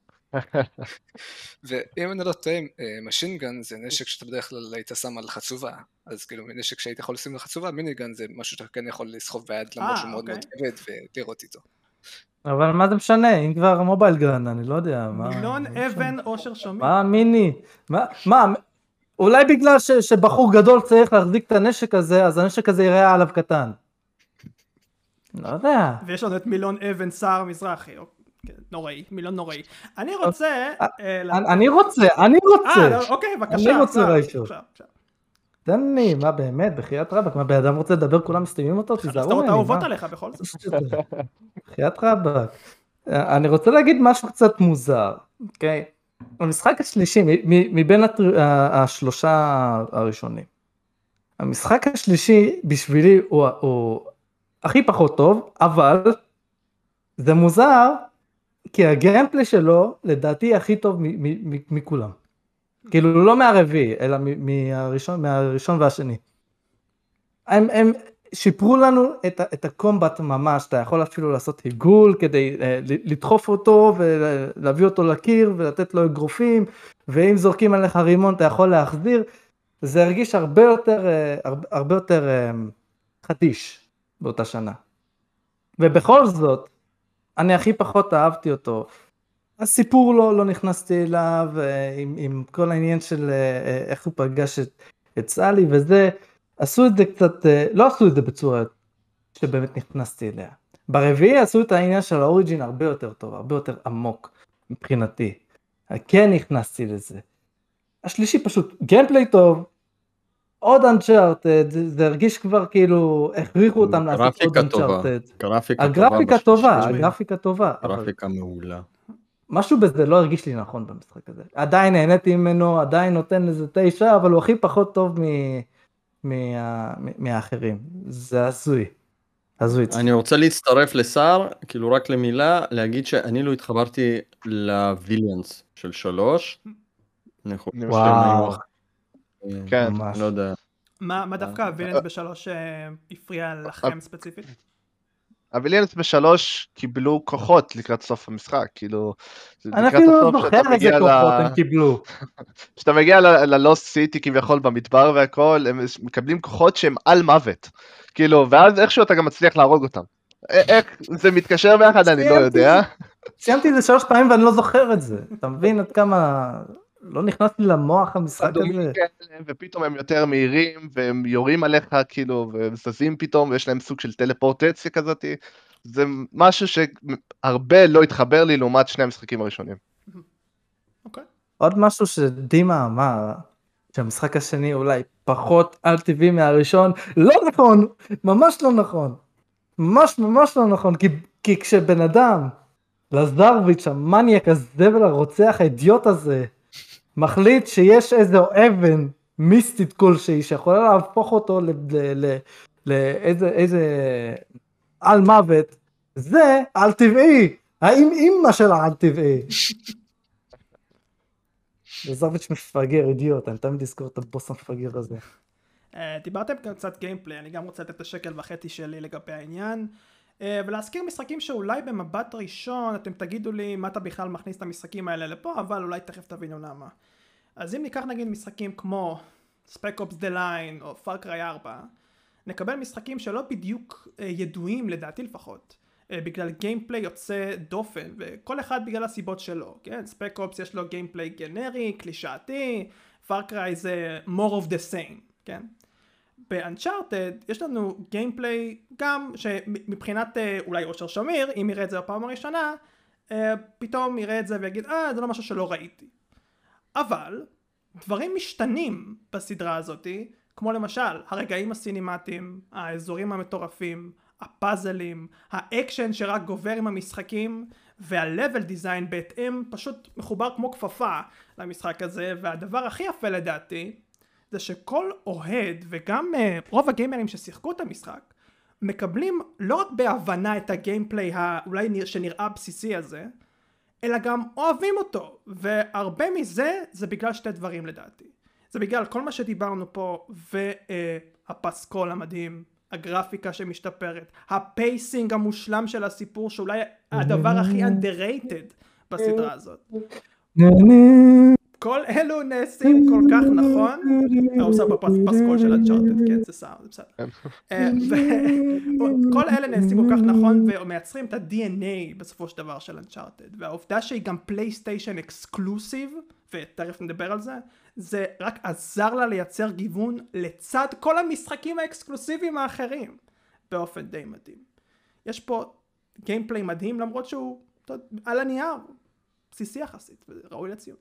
ואם אני לא טועה, משינגן זה נשק שאתה בדרך כלל היית שם על חצובה, אז כאילו נשק שהיית יכול לשים על חצובה, מיניגן זה משהו שאתה כן יכול לסחוב ביד למרות שהוא מאוד מאוד כבד ולירות איתו. אבל מה זה משנה, אם כבר מובייל גן, אני לא יודע. מה- מילון מה משנה? אבן אושר שומי. מה מיני? מה, מה, אולי בגלל ש, שבחור גדול צריך להחזיק את הנשק הזה, אז הנשק הזה יראה עליו קטן. לא יודע. ויש לנו את מילון אבן סער מזרחי. כן, נוראי, מילון נוראי. אני רוצה... אה, לה- אני אני רוצה, אני אה, רוצה. לא, אוקיי, בבקשה. אני רוצה עכשיו, ריישו. עכשיו, עכשיו. תן לי, מה באמת, בחיית רבק, מה בן אדם רוצה לדבר, כולם מסתימים אותו, תיזהרו הסתרות ממני, האהובות מה? עליך בכל זאת. בחיית רבק. אני רוצה להגיד משהו קצת מוזר, אוקיי? המשחק השלישי, מ- מ- מבין הטר- ה- השלושה הראשונים, המשחק השלישי בשבילי הוא, הוא הכי פחות טוב, אבל זה מוזר, כי הגיימפלי שלו לדעתי הכי טוב מ- מ- מ- מכולם. כאילו לא מהרביעי, אלא מ- מהראשון, מהראשון והשני. הם, הם שיפרו לנו את, ה- את הקומבט ממש, אתה יכול אפילו לעשות היגול כדי uh, לדחוף אותו ולהביא אותו לקיר ולתת לו אגרופים, ואם זורקים עליך רימון אתה יכול להחזיר, זה הרגיש הרבה יותר, uh, הרבה, הרבה יותר uh, חדיש באותה שנה. ובכל זאת, אני הכי פחות אהבתי אותו. הסיפור לא, לא נכנסתי אליו, עם, עם כל העניין של איך הוא פגש את, את סלי וזה, עשו את זה קצת, לא עשו את זה בצורה שבאמת נכנסתי אליה. ברביעי עשו את העניין של האוריג'ין הרבה יותר טוב, הרבה יותר עמוק מבחינתי. כן נכנסתי לזה. השלישי פשוט גיימפליי טוב, עוד אנצ'ארטד, זה, זה הרגיש כבר כאילו, הכריחו אותם לעשות עוד אנצ'ארטד. גרפיקה הגרפיקה טובה, בשלישי. הגרפיקה טובה. אבל- גרפיקה מעולה. משהו בזה לא הרגיש לי נכון במשחק הזה. עדיין נהניתי ממנו, עדיין נותן לזה תשע, אבל הוא הכי פחות טוב מ... מה... מהאחרים. זה הזוי. הזוי. אני רוצה להצטרף לסער, כאילו רק למילה, להגיד שאני לא התחברתי לוויליאנס של שלוש. אני חושב אני וואו. שהם כן. היו- ממש. לא יודע. מה מה דווקא הווילנס בשלוש אה, הפריע לכם ספציפית? הוויליאנס בשלוש קיבלו כוחות לקראת סוף המשחק, כאילו... אני לקראת אפילו לא הסוף זוכר שאתה איזה מגיע ל- כוחות הם קיבלו. כשאתה מגיע ללוסט סיטי כביכול במדבר והכל, הם מקבלים כוחות שהם על מוות. כאילו, ואז איכשהו אתה גם מצליח להרוג אותם. א- איך זה מתקשר ביחד, אני לא יודע. סיימתי את זה שלוש פעמים ואני לא זוכר את זה. אתה מבין עד כמה לא נכנס לי למוח המשחק אדומים הזה? כאלה, ופתאום הם יותר מהירים, והם יורים עליך, כאילו, וזזים פתאום, ויש להם סוג של טלפורטציה כזאת. זה משהו שהרבה לא התחבר לי לעומת שני המשחקים הראשונים. אוקיי. עוד משהו שדימה אמר, שהמשחק השני אולי פחות על טבעי מהראשון, לא נכון, ממש לא נכון. ממש ממש לא נכון, כי, כי כשבן אדם, לזרוביץ' המניאק הזבל הרוצח האידיוט הזה, מחליט שיש איזו אבן מיסטית כלשהי, שיכולה להפוך אותו ל- ל- ל- לאיזה איזה על מוות, זה על טבעי, האם אימא של על טבעי. לזרוביץ' מפגר, אידיוט, אני תמיד אזכור את הבוס המפגר הזה. אה, דיברתם גם קצת גיימפליי, אני גם רוצה לתת את השקל וחצי שלי לגבי העניין, אה, ולהזכיר משחקים שאולי במבט ראשון אתם תגידו לי מה אתה בכלל מכניס את המשחקים האלה לפה, אבל אולי תכף תבינו למה. אז אם ניקח נגיד משחקים כמו Spec Ops The Line או Far Cry ארבע, נקבל משחקים שלא בדיוק ידועים לדעתי לפחות, בגלל גיימפליי יוצא דופן, וכל אחד בגלל הסיבות שלו, כן? Spec Ops יש לו גיימפליי גנרי, קלישאתי, Far Cry זה more of the same, כן? ב-Uncharted יש לנו גיימפליי גם שמבחינת אולי אושר שמיר, אם יראה את זה בפעם הראשונה, פתאום יראה את זה ויגיד, אה, זה לא משהו שלא ראיתי. אבל דברים משתנים בסדרה הזאת, כמו למשל הרגעים הסינימטיים, האזורים המטורפים, הפאזלים, האקשן שרק גובר עם המשחקים, והלבל דיזיין בהתאם פשוט מחובר כמו כפפה למשחק הזה, והדבר הכי יפה לדעתי, זה שכל אוהד וגם uh, רוב הגיימרים ששיחקו את המשחק, מקבלים לא רק בהבנה את הגיימפליי האולי שנראה בסיסי הזה, אלא גם אוהבים אותו, והרבה מזה זה בגלל שתי דברים לדעתי. זה בגלל כל מה שדיברנו פה, והפסקול המדהים, הגרפיקה שמשתפרת, הפייסינג המושלם של הסיפור, שאולי הדבר הכי underrated בסדרה הזאת. כל אלו נעשים כל כך נכון, הוא עושה בפסקול של Uncharted, כן, זה סער, זה בסדר. כל אלה נעשים כל כך נכון, ומייצרים את ה-די אן איי בסופו של דבר של Uncharted, והעובדה שהיא גם פלייסטיישן אקסקלוסיב, ותכף נדבר על זה, זה רק עזר לה לייצר גיוון לצד כל המשחקים האקסקלוסיביים האחרים, באופן די מדהים. יש פה גיימפליי מדהים, למרות שהוא על הנייר, בסיסי יחסית, וראוי לציון.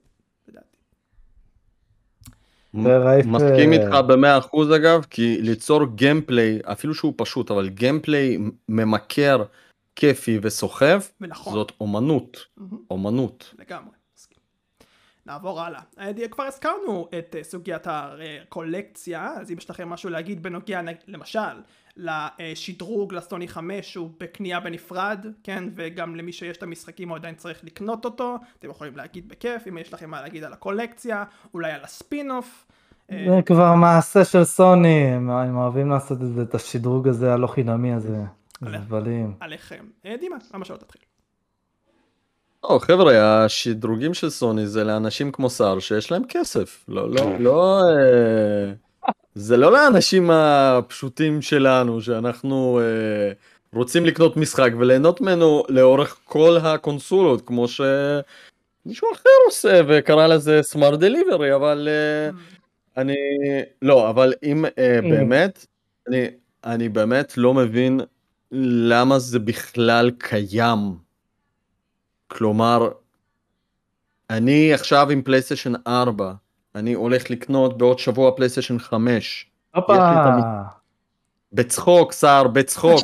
מסכים איתך במאה אחוז אגב, כי ליצור גיימפליי, אפילו שהוא פשוט, אבל גיימפליי ממכר, כיפי וסוחב, זאת אומנות, אומנות. לגמרי, מסכים. נעבור הלאה. כבר הזכרנו את סוגיית הקולקציה, אז אם יש לכם משהו להגיד בנוגע למשל לשדרוג לסוני חמש שהוא בקנייה בנפרד, כן, וגם למי שיש את המשחקים הוא עדיין צריך לקנות אותו, אתם יכולים להגיד בכיף, אם יש לכם מה להגיד על הקולקציה, אולי על הספין-אוף. זה כבר מעשה של סוני, הם אוהבים לעשות את זה, את השדרוג הזה הלא חינמי הזה, זבלים. עליכם. דימה, למה שלא תתחיל? לא, חבר'ה, השדרוגים של סוני זה לאנשים כמו שר שיש להם כסף, לא, לא, לא... זה לא לאנשים הפשוטים שלנו, שאנחנו אה, רוצים לקנות משחק וליהנות ממנו לאורך כל הקונסולות, כמו שמישהו אחר עושה, וקרא לזה סמארט דליברי, אבל אה, אני, לא, אבל אם אה, באמת, אני, אני באמת לא מבין למה זה בכלל קיים. כלומר, אני עכשיו עם פלייסטיישן ארבע, אני הולך לקנות בעוד שבוע פלייסטיישן חמש. הופה. בצחוק, שר, בצחוק.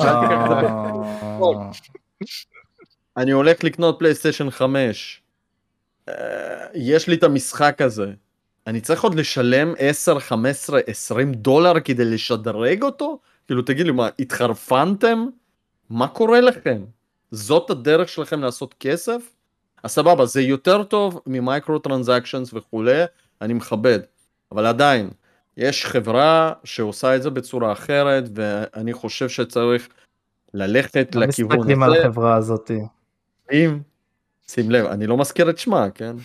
אני הולך לקנות פלייסטיישן חמש. יש לי את המשחק הזה. אני צריך עוד לשלם עשר, חמש עשרה, עשרים דולר כדי לשדרג אותו? כאילו תגיד לי מה, התחרפנתם? מה קורה לכם? זאת הדרך שלכם לעשות כסף? אז סבבה, זה יותר טוב ממיקרו טרנזקשנס וכולי. אני מכבד, אבל עדיין, יש חברה שעושה את זה בצורה אחרת, ואני חושב שצריך ללכת לכיוון הזה. מסתכלים על החברה הזאת. אם, שים לב, אני לא מזכיר את שמה, כן?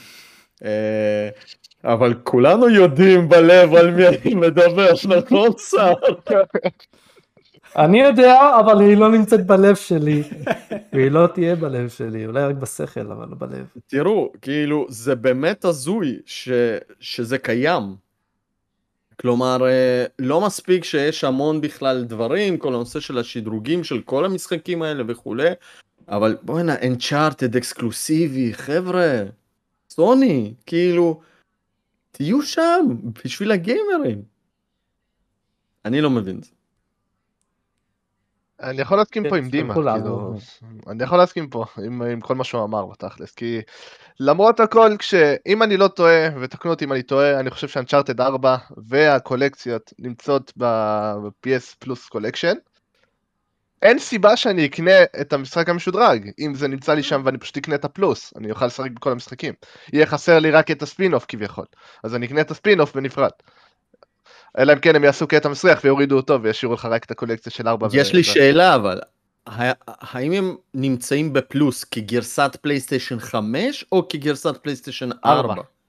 אבל כולנו יודעים בלב על מי אני מדבר, נכון שר? אני יודע, אבל היא לא נמצאת בלב שלי, והיא לא תהיה בלב שלי, אולי רק בשכל, אבל לא בלב. תראו, כאילו, זה באמת הזוי ש... שזה קיים. כלומר, לא מספיק שיש המון בכלל דברים, כל הנושא של השדרוגים של כל המשחקים האלה וכו', אבל בואי נה, Uncharted אקסקלוסיבי, חבר'ה, סוני, כאילו, תהיו שם, בשביל הגיימרים. אני לא מבין את זה. אני יכול להסכים פה עם דימה, כאילו, אני יכול להסכים פה עם, עם כל מה שהוא אמר בתכלס, כי למרות הכל, אם אני לא טועה, ותקנו אותי אם אני טועה, אני חושב שאנצ'ארטד ארבע והקולקציות נמצאות ב-פי אס פלוס קולקשן, אין סיבה שאני אקנה את המשחק המשודרג, אם זה נמצא לי שם ואני פשוט אקנה את הפלוס, אני אוכל לשחק בכל המשחקים, יהיה חסר לי רק את הספין-אוף כביכול, אז אני אקנה את הספין-אוף בנפרד. אלא אם כן הם יעשו קטע מסריח ויורידו אותו וישאירו לך רק את הקולקציה של ארבע. יש לי שאלה אבל, האם הם נמצאים בפלוס כגרסת פלייסטיישן חמש או כגרסת פלייסטיישן ארבע?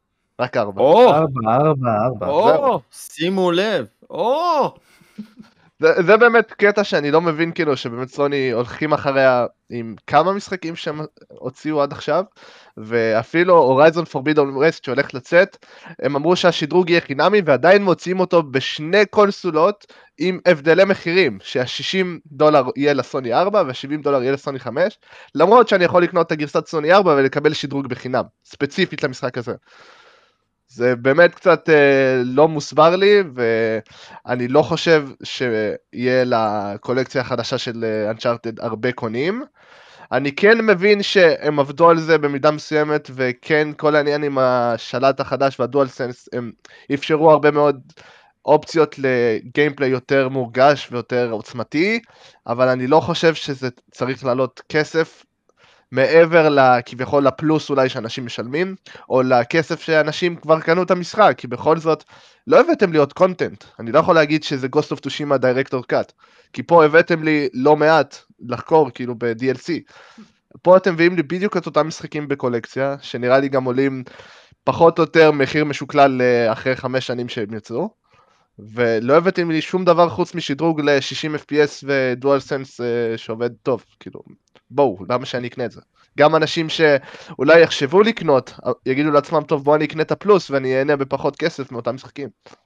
רק ארבע. או, ארבע, ארבע, ארבע. או, שימו לב, או. זה, זה באמת קטע שאני לא מבין, כאילו, שבאמת סוני הולכים אחריה עם כמה משחקים שהם הוציאו עד עכשיו, ואפילו הורייזון פורבידן ווסט שהולך לצאת, הם אמרו שהשדרוג יהיה חינמי, ועדיין מוציאים אותו בשני קונסולות עם הבדלי מחירים, שה-שישים דולר יהיה לסוני ארבע, וה-שבעים דולר יהיה לסוני חמש, למרות שאני יכול לקנות את הגרסת סוני ארבע ולקבל שדרוג בחינם, ספציפית למשחק הזה. זה באמת קצת אה, לא מוסבר לי, ואני לא חושב שיהיה לקולקציה החדשה של Uncharted הרבה קונים. אני כן מבין שהם עבדו על זה במידה מסוימת, וכן כל העניין עם השלט החדש והדואל סנס, הם אפשרו הרבה מאוד אופציות לגיימפליי יותר מורגש ויותר עוצמתי, אבל אני לא חושב שזה צריך לעלות כסף, מעבר לכביכול לפלוס אולי שאנשים משלמים, או לכסף שאנשים כבר קנו את המשחק, כי בכל זאת לא הבאתם לי עוד קונטנט, אני לא יכול להגיד שזה Ghost of Tsushima Director Cut, כי פה הבאתם לי לא מעט לחקור כאילו ב-די אל סי, פה אתם מביאים לי בדיוק את אותם משחקים בקולקציה, שנראה לי גם עולים פחות או יותר מחיר משוקלל אחרי חמש שנים שהם יצאו, ולא הבאתם לי שום דבר חוץ משדרוג ל-שישים אף פי אס ודואל סנס שעובד טוב, כאילו, בואו, למה שאני אקנה את זה? גם אנשים שאולי יחשבו לקנות, יגידו לעצמם, טוב, בוא אני אקנה את הפלוס, ואני אהנה בפחות כסף מאותם משחקים.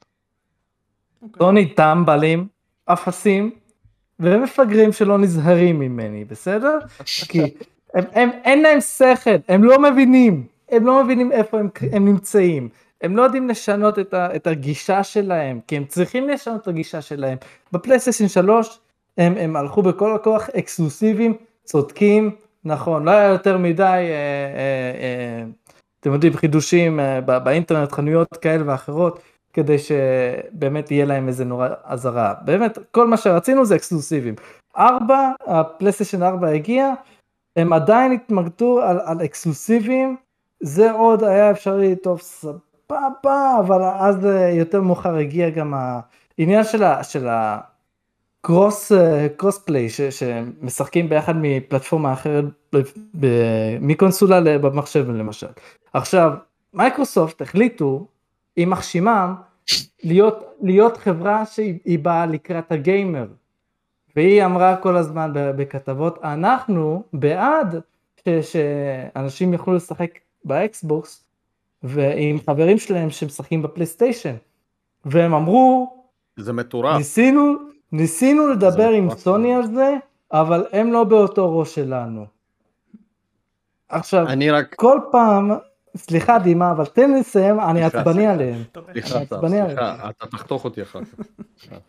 סוני טמבלים, אפסים, ומפגרים שלא נזהרים ממני, בסדר? כי הם, הם, אין להם שכל, הם לא מבינים, הם לא מבינים איפה הם, הם נמצאים. הם לא יודעים לשנות את, ה, את הגישה שלהם, כי הם צריכים לשנות את הגישה שלהם. בפלייסטיישן שלוש הם, הם הלכו בכל הכוח אקסקלוסיביים, צודקים, נכון, לא היה יותר מדי, אה, אה, אה, אתם יודעים, חידושים אה, באינטרנט, חנויות כאלה ואחרות, כדי שבאמת יהיה להם איזה נורא עזרה. באמת, כל מה שרצינו זה אקסקלוסיביים. ארבע, הפלייסטיישן ארבע הגיע, הם עדיין התמקדו על, על אקסקלוסיביים, זה עוד היה אפשרי, טוב, סבבה, אבל אז יותר מאוחר הגיע גם העניין של ה... של ה קרוס, קרוס פליי, שמשחקים ביחד מפלטפורמה אחרת, מקונסולה במחשב למשל. עכשיו, מייקרוסופט החליטו, עם מחשימם, להיות, להיות חברה שהיא באה לקראת הגיימר. והיא אמרה כל הזמן בכתבות, אנחנו בעד ש, שאנשים יוכלו לשחק באקסבוקס, ועם חברים שלהם שמשחקים בפלייסטיישן. והם אמרו, זה מטורף. ניסינו, ניסינו לדבר עם סוני על זה, אבל הם לא באותו ראש שלנו. עכשיו, רק... כל פעם, סליחה דימה, אבל תן לי לסיים, אני עצבני עליהם. סליחה, סליחה, אתה תחתוך אותי אחר כך.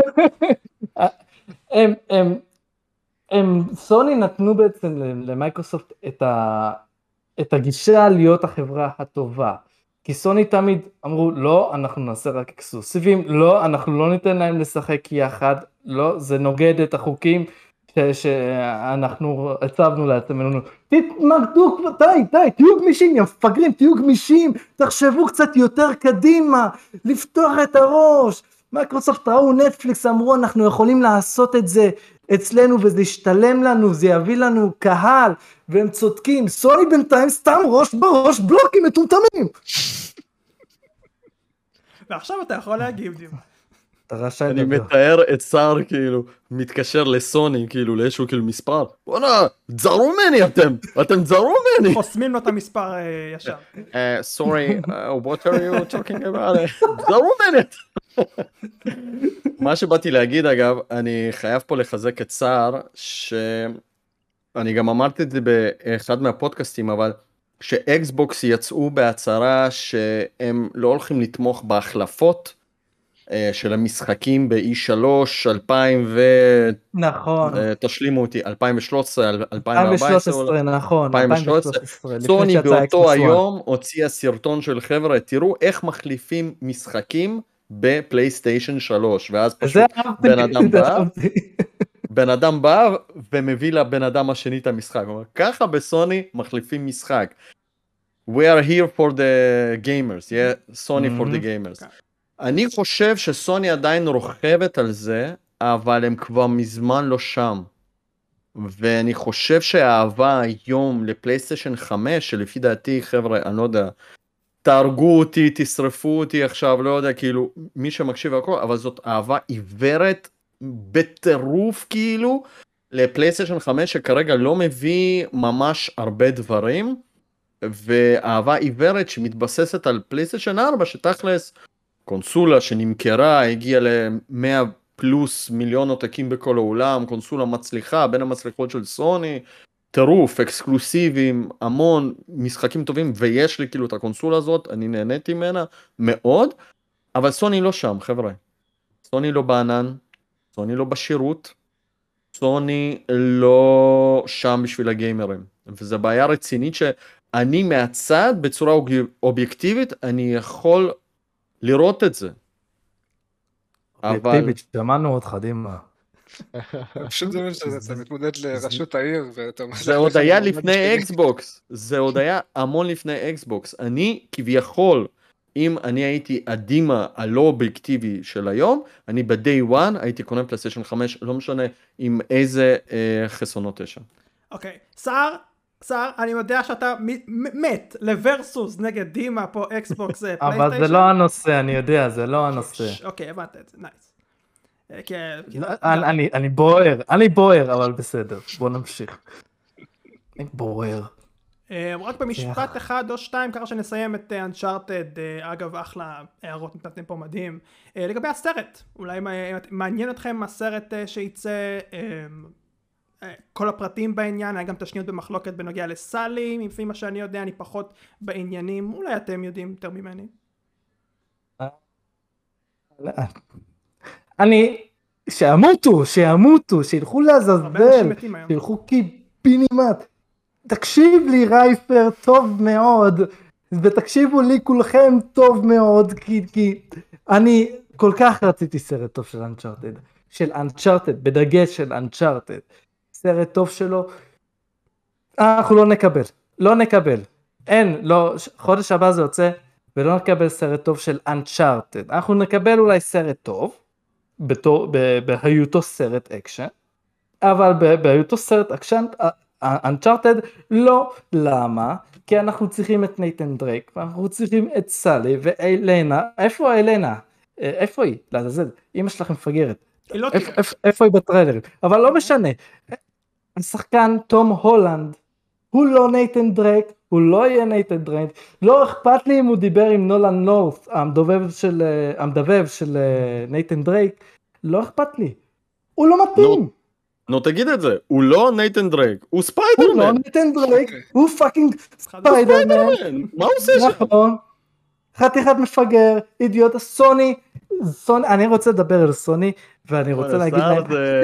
הם, הם, הם, סוני נתנו בעצם למייקרוסופט את, ה, את הגישה להיות החברה הטובה. כי סוני תמיד אמרו, לא, אנחנו נעשה רק אקסקלוסיביים, לא, אנחנו לא ניתן להם לשחק יחד, לא, זה נוגד את החוקים ש, שאנחנו הצבנו לעצמנו. תתמקדו כבר, די, די, תהיו גמישים, יא מפגרים, תהיו גמישים, תחשבו קצת יותר קדימה, לפתוח את הראש. מייקרוסופט ראו נטפליקס, אמרו, אנחנו יכולים לעשות את זה אצלנו, וזה ישתלם לנו, זה יביא לנו קהל, והם צודקים, סוני בינתיים סתם ראש בראש בלוקים מטומטמים. ועכשיו אתה יכול להגיב, דימה. אני מתאר את שר כאילו, מתקשר לסוני כאילו, לאיזשהו כאילו מספר, בוא'נה, תזרו ממני אתם, אתם תזרו ממני. חוסמים לו את המספר ישר. Sorry, what are you talking about? תזרו ממני. מה שבאתי להגיד אגב, אני חייב פה לחזק את שר, שאני גם אמרתי את זה באחד מהפודקאסטים, אבל שאקסבוקס יצאו בהצהרה שהם לא הולכים לתמוך בהחלפות של המשחקים ב-אי שלוש, אלפיים ו... נכון. תשלימו אותי, אלפיים ושלוש עשרה, אלפיים וארבע עשרה. אלפיים ושלוש עשרה, נכון. אלפיים ושלוש עשרה. סוני באותו היום הוציאה סרטון של חבר'ה, תראו איך מחליפים משחקים בפלייסטיישן שלוש, ואז פשוט בן אדם בא, בן אדם בא ומביא לבן אדם השני את המשחק. ככה בסוני מחליפים משחק. We are here for the gamers, yeah, Sony for the gamers. אני חושב שסוני עדיין רוכבת על זה, אבל הם כבר מזמן לא שם. ואני חושב שהאהבה היום לפלייסטיישן חמש, שלפי דעתי, חבר'ה, אני לא יודע, תהרגו אותי, תשרפו אותי עכשיו, לא יודע, כאילו, מי שמקשיב הכל, אבל זאת אהבה עיוורת בטירוף, כאילו, לפלייסטיישן חמש, שכרגע לא מביא ממש הרבה דברים, ואהבה עיוורת שמתבססת על פלייסטיישן ארבע, שתכלס, קונסולה שנמכרה, הגיעה ל-מאה פלוס מיליון עותקים בכל העולם, קונסולה מצליחה, בין המצליחות של סוני, טירוף, אקסקלוסיביים, המון משחקים טובים, ויש לי כאילו את הקונסולה הזאת, אני נהניתי ממנה מאוד, אבל סוני לא שם, חבר'ה. סוני לא בענן, סוני לא בשירות, סוני לא שם בשביל הגיימרים. וזו בעיה רצינית שאני מהצד, בצורה אובייקטיבית, אני יכול לראות את זה. אובייקטיבית, שמענו אותך, דימה. פשוט זה שאתה מתמודד לראשות העיר ואתה... זה עוד היה לפני אקסבוקס, זה עוד היה המון לפני אקסבוקס. אני כביכול, אם אני הייתי הדימה הלא אובייקטיבי של היום, אני ב-day one הייתי קונה פלייסטיישן חמש, לא משנה עם איזה אה, חסרונות יש שם. אוקיי, סער, סער, אני יודע שאתה מת לוורסוס נגד דימה פה אקסבוקס פלייסטיישן. אבל זה לא הנושא, אני יודע, זה לא הנושא. אוקיי, הבנת את זה, נייס. אני בוער, אני בוער, אבל בסדר, בוא נמשיך. אני בוער. רק במשפט אחד או שתיים, ככה שנסיים את Uncharted, אגב אחלה הערות נתתם פה מדהים, לגבי הסרט, אולי מעניין אתכם הסרט שיצא, כל הפרטים בעניין, היה גם תשניות במחלוקת בנוגע לסלי, לפי מה שאני יודע אני פחות בעניינים, אולי אתם יודעים יותר ממני. אני, שימותו, שימותו, שילכו לעזאזל, שילכו קיבינימט. תקשיב לי רייפר טוב מאוד, ותקשיבו לי כולכם טוב מאוד, כי, כי אני כל כך רציתי סרט טוב של Uncharted, של Uncharted, בדגש של Uncharted, סרט טוב שלו, אנחנו לא נקבל, לא נקבל, אין, לא, חודש הבא זה יוצא, ולא נקבל סרט טוב של Uncharted, אנחנו נקבל אולי סרט טוב, בתור, בהיותו סרט אקשן, אבל בהיותו סרט אקשן, Uncharted לא, למה? כי אנחנו צריכים את נייתן דרייק, ואנחנו צריכים את סלי ואלנה, איפה אלנה? איפה היא? לעזאזל, אמא שלכם מפגרת, איפה היא בטריילר? אבל לא משנה, השחקן תום הולנד, הוא לא נייתן דרייק, הוא לא יהיה נייתן דרייק, לא אכפת לי אם הוא דיבר עם נולן נורת', המדובב של, המדובב של נייתן דרייק, לא אכפת לי, הוא לא מתאים. נו תגיד את זה, הוא לא נייתן דרייק, הוא ספיידרמן. הוא לא נייתן דרייק, הוא פאקינג ספיידרמן. מה הוא עושה שם? נכון, חתיכת מפגר, אידיוט, סוני, סוני, אני רוצה לדבר על סוני, ואני רוצה להגיד להם,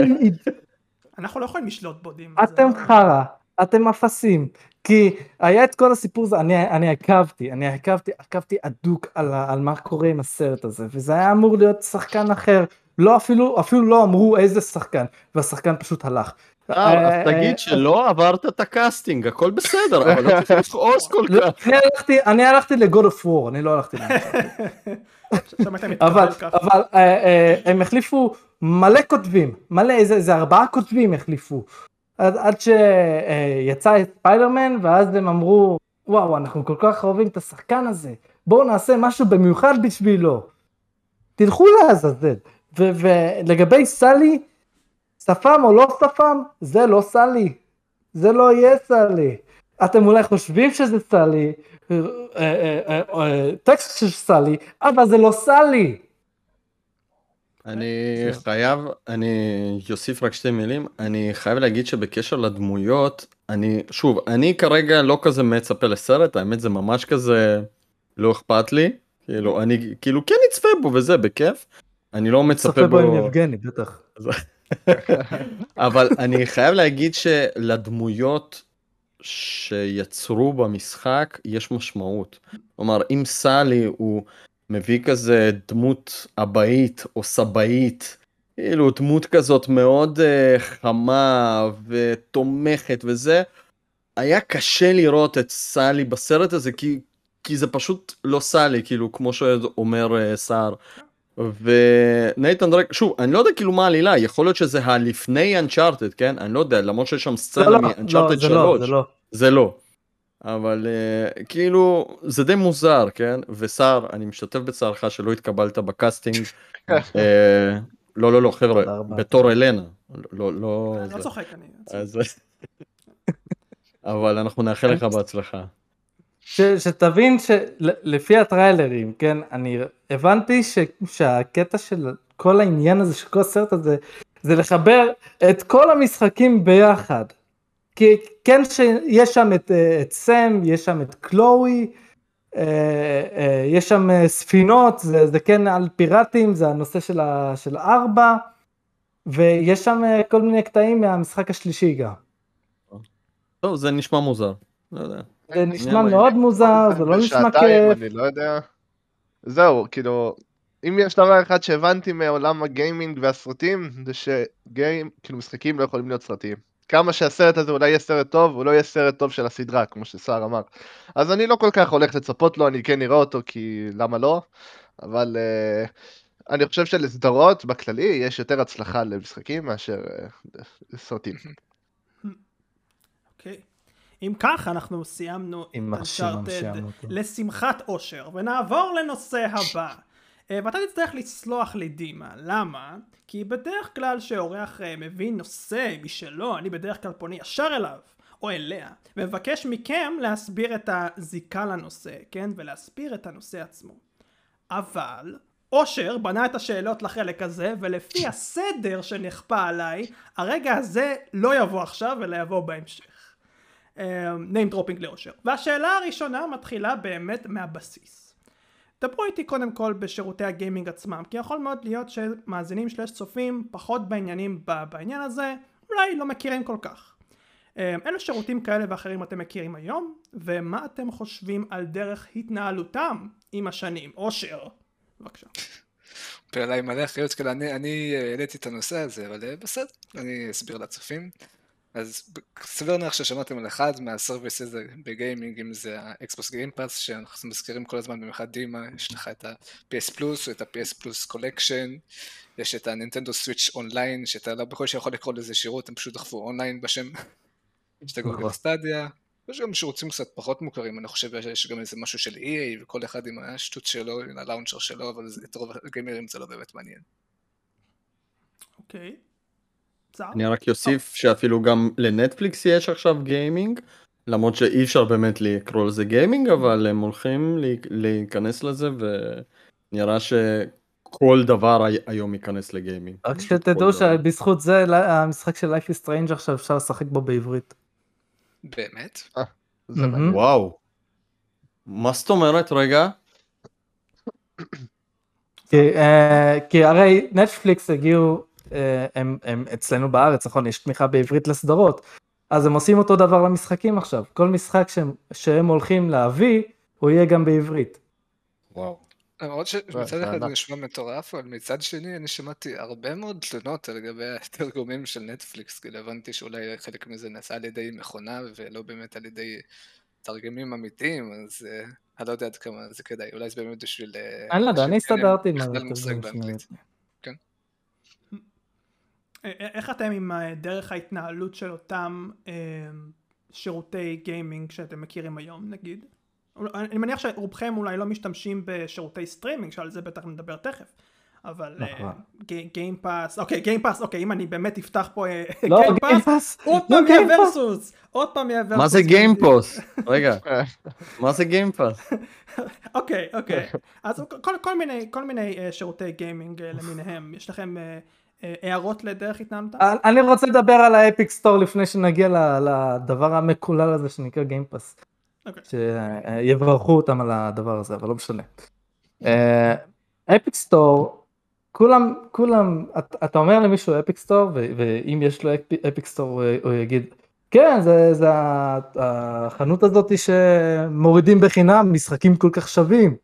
אנחנו לא יכולים לשלוט בודים. אתם חרה, אתם אפסים, כי היה את כל הסיפור הזה, אני, אני עקבתי, אני עקבתי, עקבתי עדוק על, על מה קורה עם הסרט הזה, וזה היה אמור להיות שחקן אחר, לא אפילו, אפילו לא אמרו איזה שחקן, והשחקן פשוט הלך. אז תגיד שלא עברת את הקאסטינג, הכל בסדר, אבל לא צריך לכעוס כל כך. אני הלכתי לגוד אוף וור, אני לא הלכתי לאנצ'ארטד. אבל הם החליפו מלא כותבים, מלא, איזה ארבעה כותבים החליפו, עד שיצא את ספיידרמן, ואז הם אמרו, וואו, אנחנו כל כך אוהבים את השחקן הזה, בואו נעשה משהו במיוחד בשבילו. תלכו לעזאזל. ולגבי סלי, שפם או לא שפם, זה לא סלי, זה לא יהיה סלי. אתם אולי חושבים שזה סלי, טקסט של סלי, אבל זה לא סלי. אני חייב, אני יוסיף רק שתי מילים, אני חייב להגיד שבקשר לדמויות, אני, שוב, אני כרגע לא כזה מצפה לסרט, האמת זה ממש כזה לא אכפת לי, כאילו, אני כאילו כן נצפה בו וזה בכיף, אני לא מצפה בו... עם יבגני, בטח. אבל אני חייב להגיד שלדמויות שיצרו במשחק יש משמעות. כלומר, אם סלי הוא מביא כזה דמות אבאית או סבאית, כאילו דמות כזאת מאוד uh, חמה ותומכת וזה, היה קשה לראות את סלי בסרט הזה, כי, כי זה פשוט לא סלי, כאילו, כמו שאומר uh, סער. ונייתן דרייק, שוב, אני לא יודע כאילו מה העלילה, יכול להיות שזה הלפני Uncharted, כן? אני לא יודע, למרות שיש שם סצנה מ-Uncharted שלוש. זה לא, זה לא. זה לא. אבל uh, כאילו זה די מוזר, כן? וסער, אני משתתף בצערך שלא התקבלת בקאסטינג. uh, לא, לא, לא, חבר'ה, בתור אלנה. לא, לא... אני לא צוחק, אני... אז... אבל אנחנו נאחל לך בהצלחה. ש, שתבין שלפי הטריילרים, כן, אני הבנתי ש, שהקטע של כל העניין הזה, של כל הסרט הזה, זה לחבר את כל המשחקים ביחד. כי כן שיש שם את, את סם, יש שם את קלואי, יש שם ספינות, זה, זה כן על פיראטים, זה הנושא של, ה, של ארבע, ויש שם כל מיני קטעים מהמשחק השלישי גם. טוב, זה נשמע מוזר. לא יודע. זה נשמע מאוד מוזר, זה לא נשמע כיף. אני לא יודע. זהו, כאילו, אם יש דבר אחד שהבנתי מעולם הגיימינג והסרטים, זה שגיים, כאילו משחקים לא יכולים להיות סרטים. כמה שהסרט הזה אולי יהיה סרט טוב, הוא לא יהיה סרט טוב של הסדרה, כמו שסער אמר. אז אני לא כל כך הולך לצפות לו, אני כן נראה אותו, כי למה לא? אבל uh, אני חושב שלסדרות בכללי יש יותר הצלחה למשחקים מאשר uh, סרטים. אוקיי. אם כך, אנחנו סיימנו את אנצ'ארטד לשמחת אושר, ונעבור לנושא הבא. ואתה תצטרך לסלוח לי דימה, למה? כי בדרך כלל שאורח מביא נושא משלו, אני בדרך כלל פונה ישר אליו, או אליה, ומבקש מכם להסביר את הזיקה לנושא, כן? ולהסביר את הנושא עצמו. אבל אושר בנה את השאלות לחלק הזה, ולפי הסדר שנכפה עליי, הרגע הזה לא יבוא עכשיו, אלא יבוא בהמשך. name dropping לאושר. והשאלה הראשונה מתחילה באמת מהבסיס. דברו איתי קודם כל בשירותי הגיימינג עצמם, כי יכול מאוד להיות שמאזינים שלש צופים פחות בעניינים בעניין הזה, אולי לא מכירים כל כך. אילו שירותים כאלה ואחרים אתם מכירים היום, ומה אתם חושבים על דרך התנהלותם עם השנים? אושר, בבקשה. פעלה עם מלא אחריות, כאילו אני העליתי את הנושא הזה, אבל בסדר, אני אסביר לצופים. אז סביר נראה ששמעתם על אחד מהסרוויסס בגיימינג, אם זה האקסבוקס גיים פאס, שאנחנו מזכירים כל הזמן במיוחד דימה, יש לך את ה-פי אס פלוס, או את ה-פי אס פלוס קולקשן, יש את הנינטנדו סוויץ' אונליין, שאתה לא בכל שיכול לקרוא לזה שירות, הם פשוט דחפו אונליין בשם, יש את הגוגל סטדיה, יש גם שירותים קצת פחות מוכרים, אני חושב שיש גם איזה משהו של אי איי, וכל אחד עם השטות שלו, עם הלאונצ'ר שלו, אבל את רוב הגיימרים זה לא באמת מעניין. אוקיי. אני רק יוסיף שאפילו גם לנטפליקס יש עכשיו גיימינג, למרות שאי אפשר באמת לקרוא לזה גיימינג, אבל הם הולכים להיכנס לזה, ונראה שכל דבר היום ייכנס לגיימינג. רק שתדעו שבזכות זה המשחק של Life is Strange עכשיו אפשר לשחק בו בעברית. באמת? וואו. מה זאת אומרת רגע? כי הרי נטפליקס הגיעו, הם, הם אצלנו בארץ, נכון, יש תמיכה בעברית לסדרות, אז הם עושים אותו דבר למשחקים עכשיו, כל משחק שהם, שהם הולכים להביא, הוא יהיה גם בעברית. וואו. למרות שמצד אחד זה נשמע מטורף, אבל מצד שני אני שמעתי הרבה מאוד תלונות לגבי התרגומים של נטפליקס, כי הבנתי שאולי חלק מזה נעשה על ידי מכונה, ולא באמת על ידי תרגמים אמיתיים, אז אני לא יודע עד כמה זה כדאי, אולי זה באמת בשביל... אני לא יודע, אני הסתדרתי עם התרגום שלי. איך אתם עם דרך ההתנהלות של אותם שירותי גיימינג שאתם מכירים היום, נגיד? אני מניח שרובכם אולי לא משתמשים בשירותי סטרימינג, שעל זה בטח נדבר תכף, אבל גיים פאס, אוקיי, גיים פאס, אוקיי, אם אני באמת אפתח פה גיים פאס, עוד פעם יהיה ורסוס, עוד פעם יהיה ורסוס. מה זה גיים פאס? רגע, מה זה גיים פאס? אוקיי, אוקיי, אז כל מיני שירותי גיימינג למיניהם, יש לכם... הערות לדרך התנהלותם? אני רוצה לדבר על האפיק סטור לפני שנגיע לדבר המקולל הזה שנקרא גיים פאס. שיברכו אותם על הדבר הזה, אבל לא משנה. אפיק סטור, כולם, כולם, אתה אומר למישהו אפיק סטור, ואם יש לו אפיק סטור הוא יגיד, כן, זה החנות הזאת שמורידים בחינם, משחקים כל כך שווים.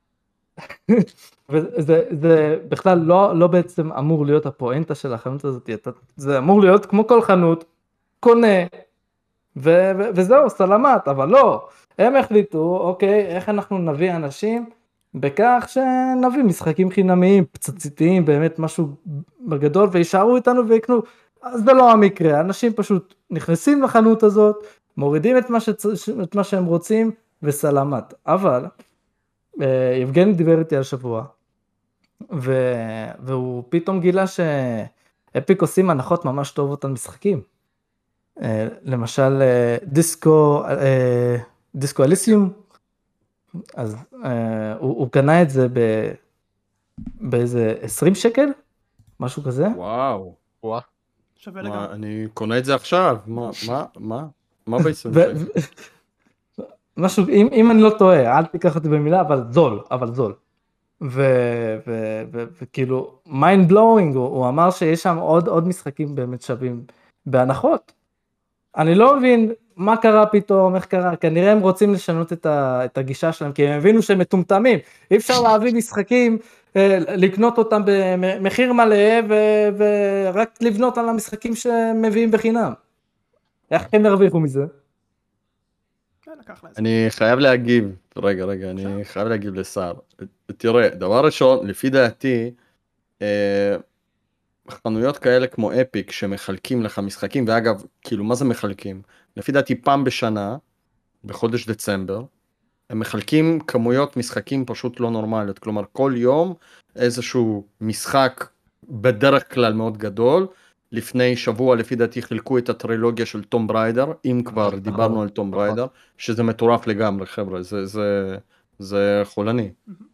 וזה זה בכלל לא לא בעצם אמור להיות הפואנטה של החנות הזאת, זה אמור להיות כמו כל חנות, קונה ו, ו, וזהו, סלמת, אבל לא, הם החליטו, אוקיי, איך אנחנו נביא אנשים בכך שנביא משחקים חינמיים, פצציתיים, באמת משהו בגדול, וישארו איתנו ויקנו. אז זה לא המקרה, אנשים פשוט נכנסים לחנות הזאת, מורידים את מה, שצ... את מה שהם רוצים וסלמת. אבל יבגני דיבר איתי השבוע, ו... והוא פתאום גילה שאפיק עושים הנחות ממש טובות על משחקים. למשל דיסקו, דיסקו אליסיום, אז הוא, הוא קנה את זה ב... באיזה עשרים שקל, משהו כזה. וואו. וואו. שווה מה, לגמרי. אני קונה את זה עכשיו. מה, מה, מה? מה בעשרים שקל? משהו, אם, אם אני לא טועה, אל תיקח אותי במילה, אבל זול, אבל זול. וכאילו, mind blowing, הוא, הוא אמר שיש שם עוד, עוד משחקים באמת שווים בהנחות. אני לא מבין מה קרה פתאום, איך קרה, כנראה הם רוצים לשנות את, ה, את הגישה שלהם, כי הם הבינו שהם מטומטמים, אי אפשר להביא משחקים, לקנות אותם במחיר מלא, ו- ורק לבנות על המשחקים שמביאים בחינם. איך הם הרוויחו מזה? אני חייב להגיב, רגע, רגע, אני חייב להגיב לסער. תראה, דבר ראשון, לפי דעתי, חנויות כאלה כמו אפיק שמחלקים לך משחקים, ואגב, כאילו, מה זה מחלקים? לפי דעתי פעם בשנה, בחודש דצמבר, הם מחלקים כמויות משחקים פשוט לא נורמליות, כלומר כל יום איזשהו משחק בדרך כלל מאוד גדול, לפני שבוע לפי דעתי חילקו את הטרילוגיה של טום בריידר, אם כבר דיברנו על טום בריידר, שזה מטורף לגמרי חבר'ה, זה, זה, זה חולני.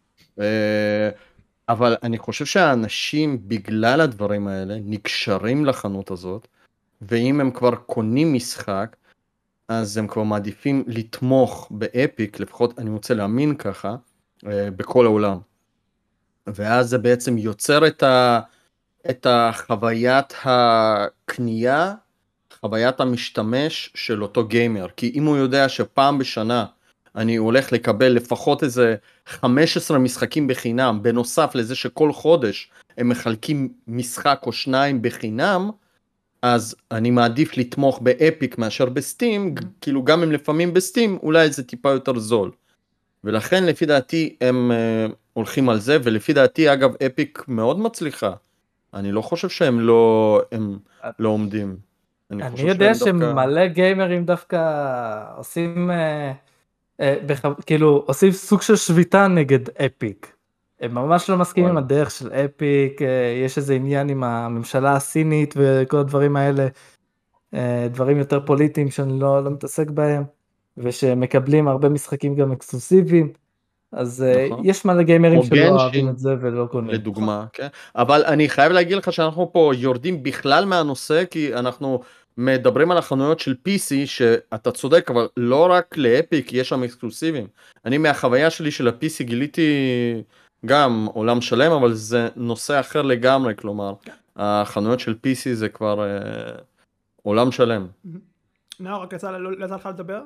אבל אני חושב שהאנשים בגלל הדברים האלה נקשרים לחנות הזאת, ואם הם כבר קונים משחק, אז הם כבר מעדיפים לתמוך באפיק, לפחות אני רוצה להאמין ככה, בכל העולם. ואז זה בעצם יוצר את, ה, את החוויית הקנייה, חוויית המשתמש של אותו גיימר. כי אם הוא יודע שפעם בשנה אני הולך לקבל לפחות איזה חמישה עשר משחקים בחינם, בנוסף לזה שכל חודש הם מחלקים משחק או שניים בחינם, אז אני מעדיף לתמוך באפיק מאשר בסטים, כאילו גם אם לפעמים בסטים, אולי זה טיפה יותר זול. ולכן לפי דעתי הם uh, הולכים על זה, ולפי דעתי אגב אפיק מאוד מצליחה. אני לא חושב שהם לא, הם לא עומדים. אני, אני יודע שמלא דווקא... גיימרים דווקא עושים, uh, uh, בח... כאילו עושים סוג של שביתה נגד אפיק. הם ממש לא מסכימים עם הדרך של אפיק, יש איזה עניין עם הממשלה הסינית וכל הדברים האלה, דברים יותר פוליטיים שאני לא, לא מתעסק בהם, ושמקבלים הרבה משחקים גם אקסקלוסיביים, אז נכון. יש מלא גיימרים שלא אוהבים את זה ולא קונים. לדוגמה, כן. אבל אני חייב להגיד לך שאנחנו פה יורדים בכלל מהנושא, כי אנחנו מדברים על החנויות של פי סי, שאתה צודק, אבל לא רק לאפיק יש שם אקסקלוסיביים. אני מהחוויה שלי של ה-פי סי גיליתי... גם עולם שלם, אבל זה נושא אחר לגמרי, כלומר, החנויות של פי סי זה כבר אה, עולם שלם. נאור, רק יצא לך לדבר?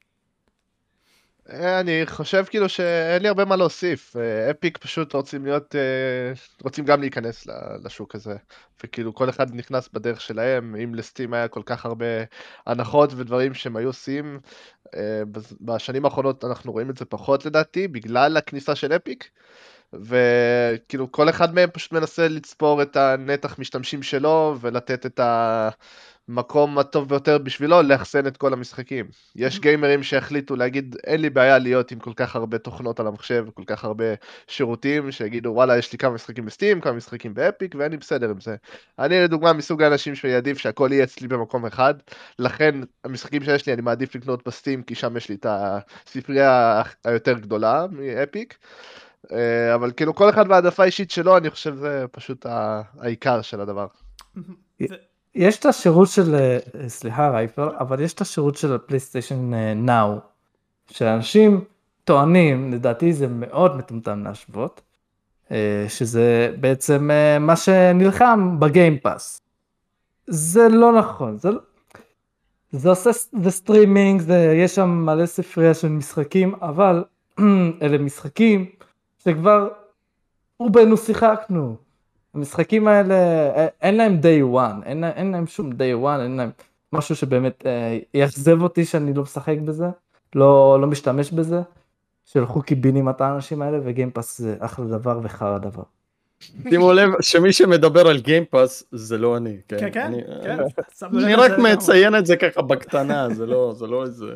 אני חושב כאילו שאין לי הרבה מה להוסיף, אפיק פשוט רוצים להיות, רוצים גם להיכנס לשוק הזה, וכאילו כל אחד נכנס בדרך שלהם, אם לסטים היה כל כך הרבה הנחות ודברים שהם היו עושים, בשנים האחרונות אנחנו רואים את זה פחות לדעתי, בגלל הכניסה של אפיק, וכאילו כל אחד מהם פשוט מנסה לצפור את הנתח משתמשים שלו, ולתת את המקום הטוב ביותר בשבילו, לאחסן את כל המשחקים. יש גיימרים שהחליטו להגיד, אין לי בעיה להיות עם כל כך הרבה תוכנות על המחשב, כל כך הרבה שירותים, שיגידו, וואלה, יש לי כמה משחקים בסטים, כמה משחקים באפיק, ואני בסדר עם זה. אני לדוגמה מסוג האנשים שיעדיף שהכל יהיה אצלי במקום אחד, לכן המשחקים שיש לי אני מעדיף לקנות בסטים, כי שם יש לי את הספרייה היותר גדולה מאפיק. אבל כאילו כל אחד והעדפה אישית שלו, אני חושב זה פשוט העיקר של הדבר. יש את השירות של, סליחה רייפר, אבל יש את השירות של הפלייסטיישן נאו, שאנשים טוענים, לדעתי זה מאוד מטומטם להשוות, שזה בעצם מה שנלחם בגיימפאס. זה לא נכון, זה, זה עושה זה סטרימינג, זה, יש שם מלא ספרייה של משחקים, אבל אלה משחקים שכבר רובנו שיחקנו. המשחקים האלה, אין להם day one, אין, אין להם שום day one, אין להם משהו שבאמת אה, יחזב אותי שאני לא משחק בזה, לא, לא משתמש בזה, שלחו קיבינים את האנשים האלה, וגיימפאס זה אחלה דבר וחרא דבר. שימו לב שמי שמדבר על גיימפאס זה לא אני, כן? כן, כן, אני, כן. אני רק מציין את זה ככה בקטנה, זה לא, זה לא איזה...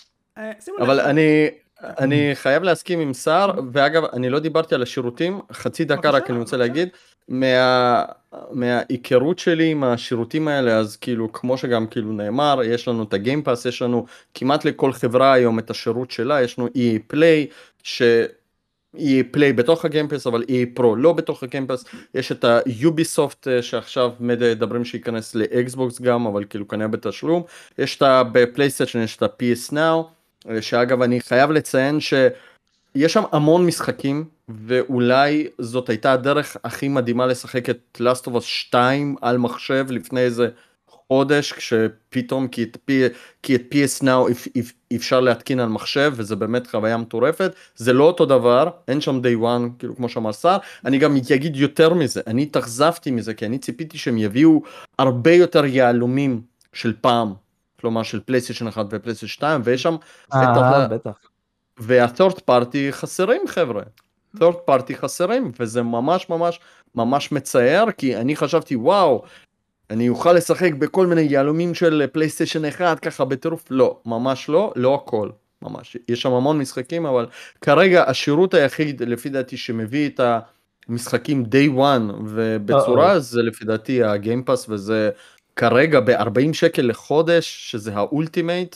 אבל אני, אני חייב להסכים עם סער, ואגב, אני לא דיברתי על השירותים, חצי דקה רק אני רוצה להגיד, מה, מההיכרות שלי עם השירותים האלה, אז כאילו, כמו שגם כאילו נאמר, יש לנו את הגיימפאס, יש לנו כמעט לכל חברה היום את השירות שלה, יש לנו E A Play, ש... E A Play בתוך הגיימפאס, אבל E A Pro לא בתוך הגיימפאס, יש את ה-Ubisoft שעכשיו מדברים שייכנס לאקסבוקס גם, אבל כאילו כנראה בתשלום, יש את ה... בפלייסטיישן יש את ה-P S Now, שאגב אני חייב לציין שיש שם המון משחקים, ואולי זאת הייתה הדרך הכי מדהימה לשחק את Last of Us שתיים על מחשב לפני איזה חודש, כשפתאום כי את, כי את P S Now אפשר להתקין על מחשב, וזה באמת חוויה מטורפת, זה לא אותו דבר, אין שם day one, כאילו כמו שאמר סער, אני גם אגיד יותר מזה, אני התאכזבתי מזה, כי אני ציפיתי שהם יביאו הרבה יותר יעלומים של פעם, כלומר של פלייסטיישן אחד ופלייסטיישן שתיים, ויש שם אה, את ה... בטח. וה-third party חסרים חבר'ה, third party חסרים, וזה ממש ממש ממש מצער, כי אני חשבתי וואו, אני אוכל לשחק בכל מיני יעלומים של פלייסטיישן אחד, ככה בטירוף, לא, ממש לא, לא הכל, ממש, יש שם המון משחקים, אבל כרגע השירות היחיד לפי דעתי שמביא את המשחקים day one, ובצורה זה לפי דעתי הגיימפאס, וזה כרגע ב-ארבעים שקל לחודש, שזה האולטימייט,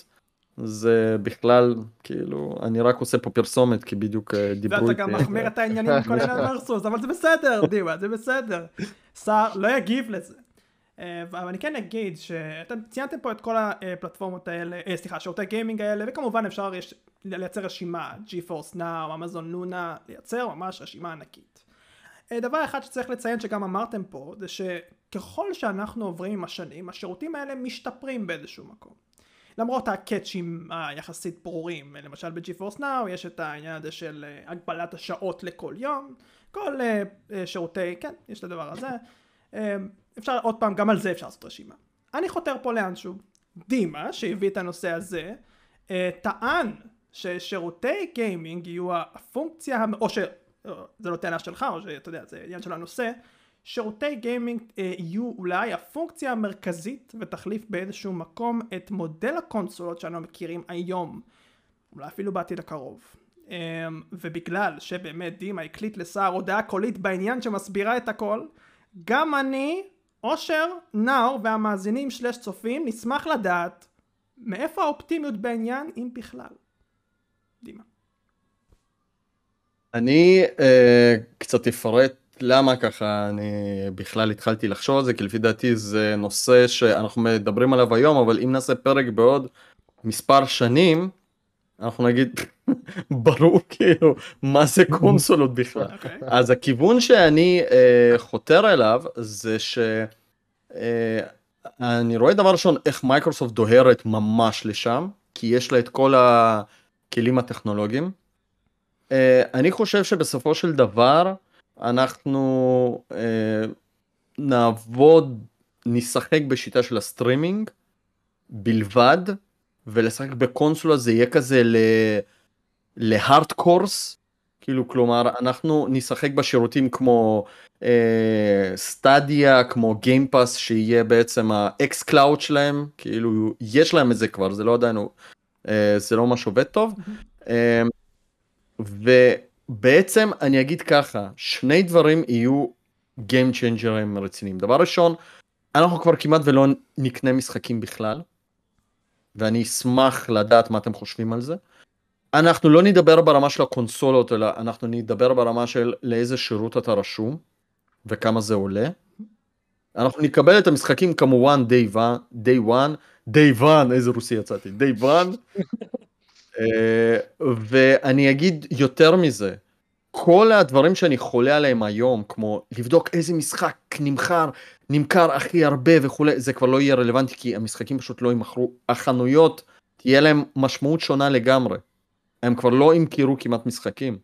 זה בכלל, כאילו, אני רק עושה פה פרסומת, כי בדיוק דיברו איתי. ואתה גם מחמיר את העניינים עם כל עניין מרסוס, אבל זה בסדר, דימה, זה בסדר. סער לא יגיב לזה. אבל אני כן אגיד שאתם ציינתם פה את כל הפלטפורמות האלה, סליחה, שירותי גיימינג האלה, וכמובן אפשר לייצר רשימה, GeForce Now, Amazon Luna, לייצר ממש רשימה ענקית. דבר אחד שצריך לציין שגם אמרתם פה, זה שככל שאנחנו עוברים עם השנים, השירותים האלה משתפרים באיזשהו מקום. למרות הקאצ'ים היחסית ברורים, למשל ב-GeForce Now יש את העניין הזה של הגבלת השעות לכל יום, כל שירותי, כן, יש את הדבר הזה. אפשר עוד פעם, גם על זה אפשר לעשות רשימה. אני חותר פה לאנשהו. דימה, שהביא את הנושא הזה, טען ששירותי גיימינג יהיו הפונקציה, או ש... זה לא טענה שלך, או שאתה יודע, זה עניין של הנושא, שירותי גיימינג יהיו אולי הפונקציה המרכזית ותחליף באיזשהו מקום את מודל הקונסולות שאנו מכירים היום, אולי אפילו בעתיד הקרוב. ובגלל שבאמת דימה הקליט לסער הודעה קולית בעניין שמסבירה את הכל, גם אני, אושר, נאור והמאזינים שלש צופים נשמח לדעת מאיפה האופטימיות בעניין, אם בכלל. דימה. אני אה, קצת אפרט למה ככה אני בכלל התחלתי לחשוב על זה, כי לפי דעתי זה נושא שאנחנו מדברים עליו היום, אבל אם נעשה פרק בעוד מספר שנים, אנחנו נגיד, ברור כאילו, מה זה קונסולות בכלל. Okay. אז הכיוון שאני uh, חותר אליו, זה שאני uh, רואה דבר ראשון, איך מייקרוסופט דוהרת ממש לשם, כי יש לה את כל הכלים הטכנולוגיים. Uh, אני חושב שבסופו של דבר, אנחנו uh, נעבוד, נשחק בשיטה של הסטרימינג, בלבד, ולשחק בקונסולה זה יהיה כזה להארד קורס, כאילו כלומר אנחנו נשחק בשירותים כמו סטדיה, כמו גיימפאס, שיהיה בעצם האקס קלאוד שלהם, כאילו יש להם את זה כבר, זה לא עדיין, זה לא ממש עובד טוב, ובעצם אני אגיד ככה, שני דברים יהיו גיים צ'יינג'רים רציניים. דבר ראשון, אנחנו כבר כמעט ולא נקנה משחקים בכלל, ואני אשמח לדעת מה אתם חושבים על זה. אנחנו לא נדבר ברמה של הקונסולות, אלא אנחנו נדבר ברמה של לאיזה שירות אתה רשום, וכמה זה עולה. אנחנו נקבל את המשחקים כמובן day one, day one, day one, איזה רוסי יצאתי, day one. ואני אגיד יותר מזה, כל הדברים שאני חולה עליהם היום, כמו לבדוק איזה משחק נמכר, נמכר הכי הרבה וכולי, זה כבר לא יהיה רלוונטי, כי המשחקים פשוט לא ימכרו, החנויות תהיה להם משמעות שונה לגמרי, הם כבר לא ימכרו כמעט משחקים,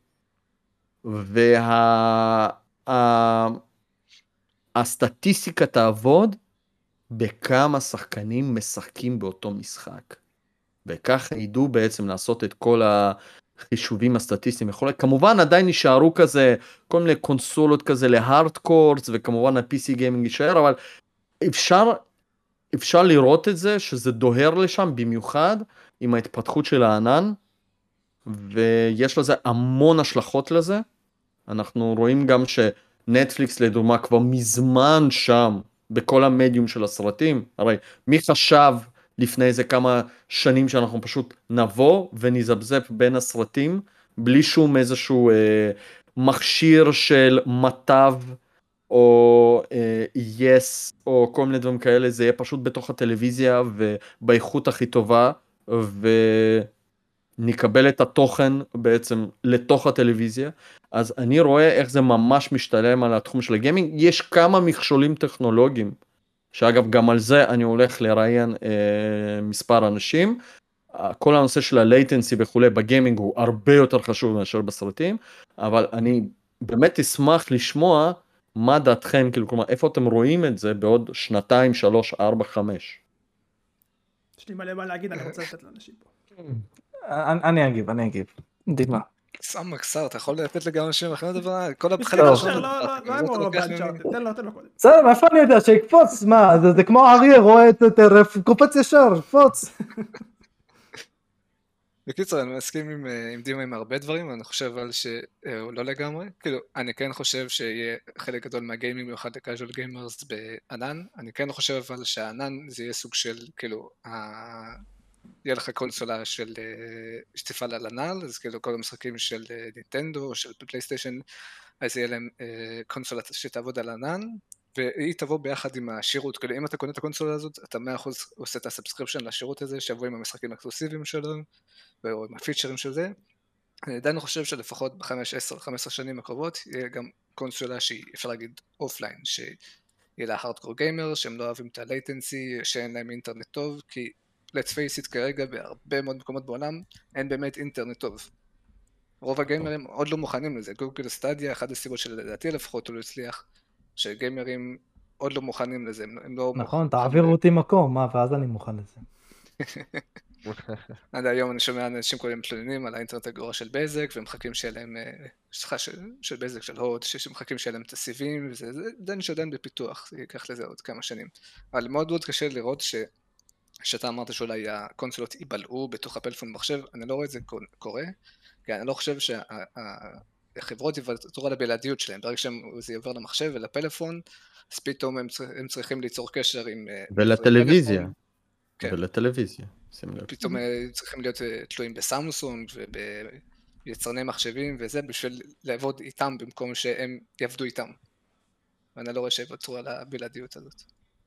והסטטיסטיקה תעבוד בכמה שחקנים משחקים באותו משחק, וכך ידעו בעצם לעשות את כל החישובים הסטטיסטיים וכו'. כמובן עדיין נשארו כזה, כל מיני קונסולות כזה להארדקורס, וכמובן ה-פי סי גיימינג יישאר, אבל אפשר, אפשר לראות את זה, שזה דוהר לשם במיוחד, עם ההתפתחות של הענן, ויש לזה המון השלכות לזה. אנחנו רואים גם שנטפליקס לדוגמה כבר מזמן שם, בכל המדיום של הסרטים. הרי מי חשב לפני איזה כמה שנים שאנחנו פשוט נבוא ונזבזב בין הסרטים, בלי שום איזשהו אה, מכשיר של מטב, או אה, יס, או כל מיני דברים כאלה, זה יהיה פשוט בתוך הטלוויזיה, ובאיכות הכי טובה, ונקבל את התוכן בעצם לתוך הטלוויזיה. אז אני רואה איך זה ממש משתלם על התחום של הגיימינג. יש כמה מכשולים טכנולוגיים, שאגב גם על זה אני הולך לראיין אה, מספר אנשים. כל הנושא של הלייטנסי וכולי בגיימינג הוא הרבה יותר חשוב מאשר בסרטים, אבל אני באמת אשמח לשמוע מה דעתכם, כאילו, כלומר, איפה אתם רואים את זה בעוד שנתיים, שלוש, ארבע, חמש? יש לי מלא מה להגיד, אני רוצה לתת לאנשים פה. אני אני אגיב, אני אגיב. דימה. סם מקסר, אתה יכול לתת לגמרי אנשים אחרים לדבר, כל הבחלק טוב. אושר, לא, לא, לא היה מעורב באנצ'ארטד, תן לו, תן לו קודם. בסדר, מאיפה אני יודע? שיקפוץ, מה? זה- זה כמו אריה רואה את הטרף, קופץ ישר, קפוץ. בקיצור, אני מסכים עם, אה, עם דימה עם הרבה דברים, אני חושב אבל שהוא לא לגמרי, כאילו, אני כן חושב שיהיה חלק גדול מהגיימינג, במיוחד לקאז'ואל גיימרס בענן, אני כן חושב אבל שהענן זה יהיה סוג של, כאילו, ה... יהיה לך קונסולה של אה, שתפעל על הנעל, אז כאילו כל המשחקים של אה, נינטנדו או של פלייסטיישן, אז יהיה להם אה, קונסולה שתעבוד על ענן, והיא תבוא ביחד עם השירות, כאילו אם אתה קונה את הקונסולה הזאת, אתה מאה אחוז עושה את הסאבסקריפשן לשירות הזה, שיבוא עם המשחקים האקסקלוסיביים שלו, או עם הפיצ'רים של זה. אני עדיין חושב שלפחות בחמש, עשר, חמש עשרה שנים הקרובות, יהיה גם קונסולה שהיא, אפשר להגיד, אופליין, שיהיה לה הארדקור גיימר, שהם לא אוהבים את הלייטנסי, שאין להם אינטרנט טוב, כי let's face it כרגע, בהרבה מאוד מקומות בעולם, אין באמת אינטרנט טוב. רוב הגיימרים עוד לא מוכנים לזה, גוגל סטדיה, אחת הסיבות שלדעתי לפחות הוא לא הצליח, שגיימרים עוד לא מוכנים לזה, הם לא... נכון, תעבירו אותי מקום, מה, ואז אני מוכן לזה. עד היום אני שומע אנשים קוראים מתלוננים על האינטרנט הגרוע של בזק, ומחכים שיהיה להם, סליחה, של בזק של הוט, שמחכים שיהיה להם את הסיבים, וזה עדיין שעדיין בפיתוח, זה ייקח לזה עוד כמה שנים. אבל מאוד מאוד קשה לראות ש... שאתה אמרת שאולי הקונסולות ייבלעו בתוך הפלאפון במחשב, אני לא רואה את זה קורה, כי אני לא חושב שהחברות יוותרו על הבלעדיות שלהם, ברגע שזה יעבור למחשב ולפלאפון, אז פתאום הם, צריכים, הם צריכים ליצור קשר עם... ולטלוויזיה. כן. ולטלוויזיה. פתאום צריכים להיות תלויים בסמסונג וביצרני מחשבים וזה, בשביל לעבוד איתם במקום שהם יעבדו איתם. ואני לא רואה שיוותרו על הבלעדיות הזאת.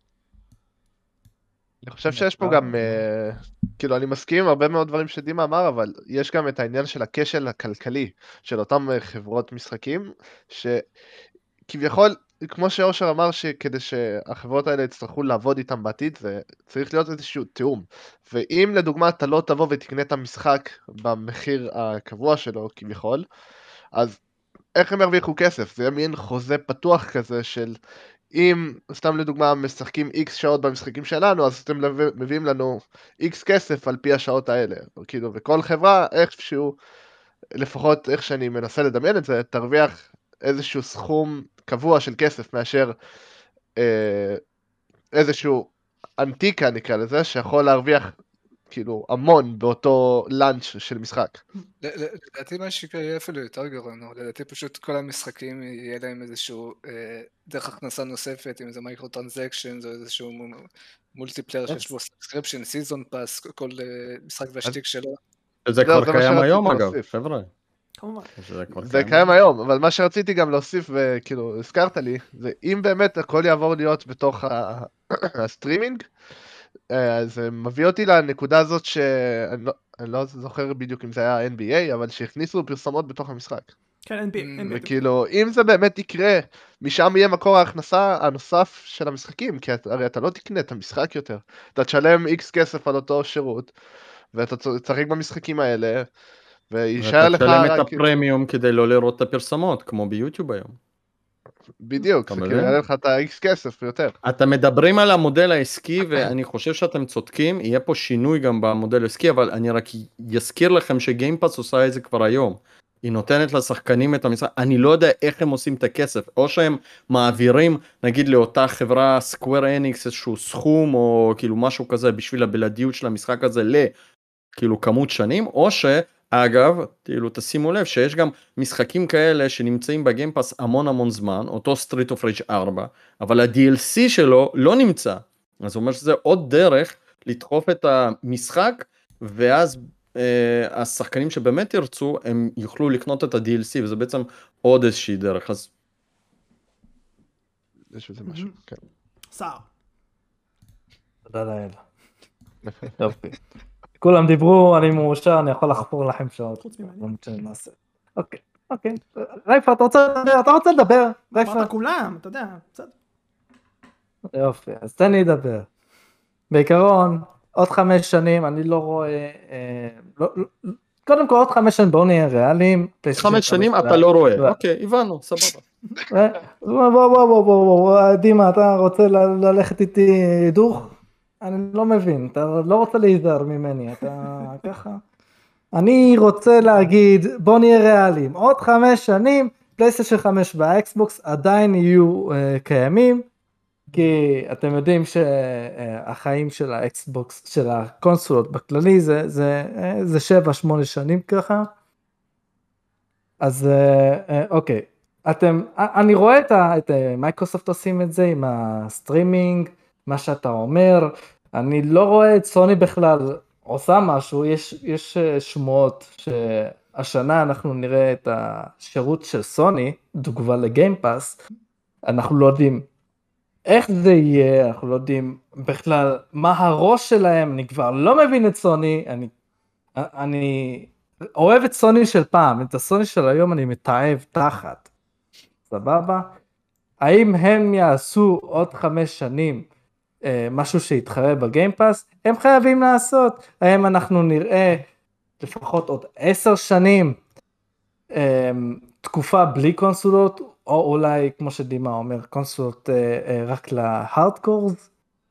אני חושב שיש פה גם, כאילו אני מסכים עם הרבה מאוד דברים שדימה אמר, אבל יש גם את העניין של הכשל הכלכלי של אותם חברות משחקים, שכביכול, כמו שאושר אמר, שכדי שהחברות האלה יצטרכו לעבוד איתם בעתיד, זה צריך להיות איזשהו תיאום. ואם לדוגמה אתה לא תבוא ותקנה את המשחק במחיר הקבוע שלו כביכול, אז איך הם ירוויחו כסף? זה יהיה מין חוזה פתוח כזה של... אם סתם לדוגמה משחקים X שעות במשחקים שלנו, אז אתם מביאים לנו X כסף על פי השעות האלה. כאילו, וכל חברה איכשהו, לפחות איך שאני מנסה לדמיין את זה, תרוויח איזשהו סכום קבוע של כסף מאשר אה, איזשהו אנטיקה נקרא לזה, שיכול להרוויח כאילו המון באותו לאנץ' של משחק. לדעתי מה שיקרה יהיה אפילו יותר גרוע, לדעתי פשוט כל המשחקים יהיה להם איזשהו דרך הכנסה נוספת, אם זה מייקרו טרנזקשן, או איזשהו מולטיפלייר שיש בו סאבסקריפשן, סיזון פאס, כל משחק והשטיק שלו. זה כבר קיים היום אגב, חבר'ה. זה קיים היום, אבל מה שרציתי גם להוסיף, וכאילו הזכרת לי, זה אם באמת הכל יעבור להיות בתוך הסטרימינג, אז זה מביא אותי לנקודה הזאת שאני לא, אני לא זוכר בדיוק אם זה היה אן בי איי, אבל שהכניסו פרסומות בתוך המשחק. כן, אן בי איי. וכאילו, אם זה באמת יקרה, משם יהיה מקור ההכנסה הנוסף של המשחקים, כי הרי אתה לא תקנה את המשחק יותר. אתה תשלם איקס כסף על אותו שירות, ואתה צריך במשחקים האלה, וישאר לך... ואתה תשלם את הפרמיום כדי לא לראות את הפרסומות, כמו ביוטיוב היום. בדיוק, זה כאילו יעלה לך את ה-X כסף יותר. אתם מדברים על המודל העסקי, ואני חושב שאתם צודקים, יהיה פה שינוי גם במודל העסקי, אבל אני רק אזכיר לכם שגיימפאס עושה את זה כבר היום. היא נותנת לשחקנים את המשחק, אני לא יודע איך הם עושים את הכסף, או שהם מעבירים, נגיד לאותה חברה סקוואר אניקס איזשהו סכום, או כאילו משהו כזה, בשביל הבלעדיות של המשחק הזה, לכאילו כמות שנים, או ש... אגב, כאילו תשימו לב שיש גם משחקים כאלה שנמצאים בגיימפאס המון המון זמן, אותו סטריט אוף רייג' ארבע, אבל ה-די אל סי שלו לא נמצא. אז זאת אומרת שזה עוד דרך לדחוף את המשחק, ואז אה, השחקנים שבאמת ירצו, הם יוכלו לקנות את ה-די אל סי, וזה בעצם עוד איזושהי דרך. אז... יש בזה משהו, כן. סער. תודה לאל. יופי. כולם דיברו, אני מאושר, אני יכול לחפור לכם שעות. חוץ ממני. אוקיי, אוקיי. רייפה, אתה רוצה לדבר? אתה רוצה לדבר? רייפה. אמרת כולם, אתה יודע, בסדר. יופי, אז תן לי לדבר. בעיקרון, עוד חמש שנים, אני לא רואה... קודם כל, עוד חמש שנים, בואו נהיה ריאליים. חמש שנים אתה לא רואה. אוקיי, הבנו, סבבה. בוא, בוא, בוא, בוא, דימה, אתה רוצה ללכת איתי דוך? אני לא מבין, אתה לא רוצה להיזהר ממני, אתה ככה. אני רוצה להגיד, בוא נהיה ריאליים, עוד חמש שנים, פלייסטיישן חמש והאקסבוקס עדיין יהיו uh, קיימים, כי אתם יודעים שהחיים של האקסבוקס, של הקונסולות בכללי, זה, זה, זה שבע, שמונה שנים ככה. אז uh, uh, אוקיי, אתם, אני רואה את, את מייקרוסופט עושים את זה עם הסטרימינג, מה שאתה אומר, אני לא רואה את סוני בכלל עושה משהו, יש, יש שמועות שהשנה אנחנו נראה את השירות של סוני, תגובה לגיימפאס, אנחנו לא יודעים איך זה יהיה, אנחנו לא יודעים בכלל מה הראש שלהם, אני כבר לא מבין את סוני, אני, אני אוהב את סוני של פעם, את הסוני של היום אני מתאהב תחת, סבבה? האם הם יעשו עוד חמש שנים, משהו שיתחרה בגיימפאס, הם חייבים לעשות, האם אנחנו נראה לפחות עוד עשר שנים, תקופה בלי קונסולות, או אולי כמו שדימה אומר, קונסולות רק להארדקורס,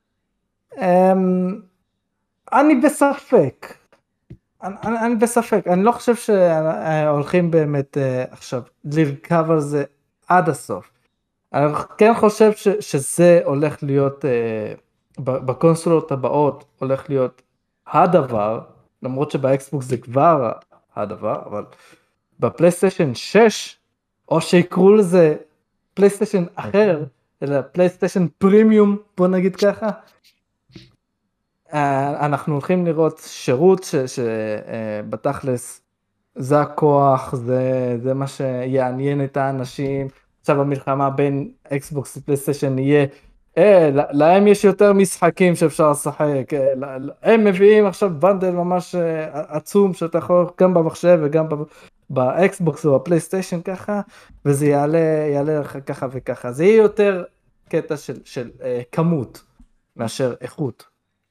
אני בספק, אני, אני בספק, אני לא חושב שהולכים באמת עכשיו לרכב על זה עד הסוף, אני כן חושב ש, שזה הולך להיות, uh, בקונסולות הבאות, הולך להיות הדבר, למרות שבאקסבוקס זה כבר הדבר, אבל בפלייסטיישן שש, או שיקראו לזה פלייסטיישן אחר, אלא פלייסטיישן פרימיום, בוא נגיד ככה, uh, אנחנו הולכים לראות שירות שבתכלס, uh, זה הכוח, זה, זה מה שיעניין את האנשים, עכשיו המלחמה בין אקסבוקס ופלייסטיישן יהיה, אה, להם יש יותר משחקים שאפשר לשחק, הם מביאים עכשיו בנדל ממש עצום שאתה יכול גם במחשב וגם באקסבוקס או בפלייסטיישן ככה, וזה יעלה, יעלה לך ככה וככה, זה יהיה יותר קטע של, של אה, כמות מאשר איכות.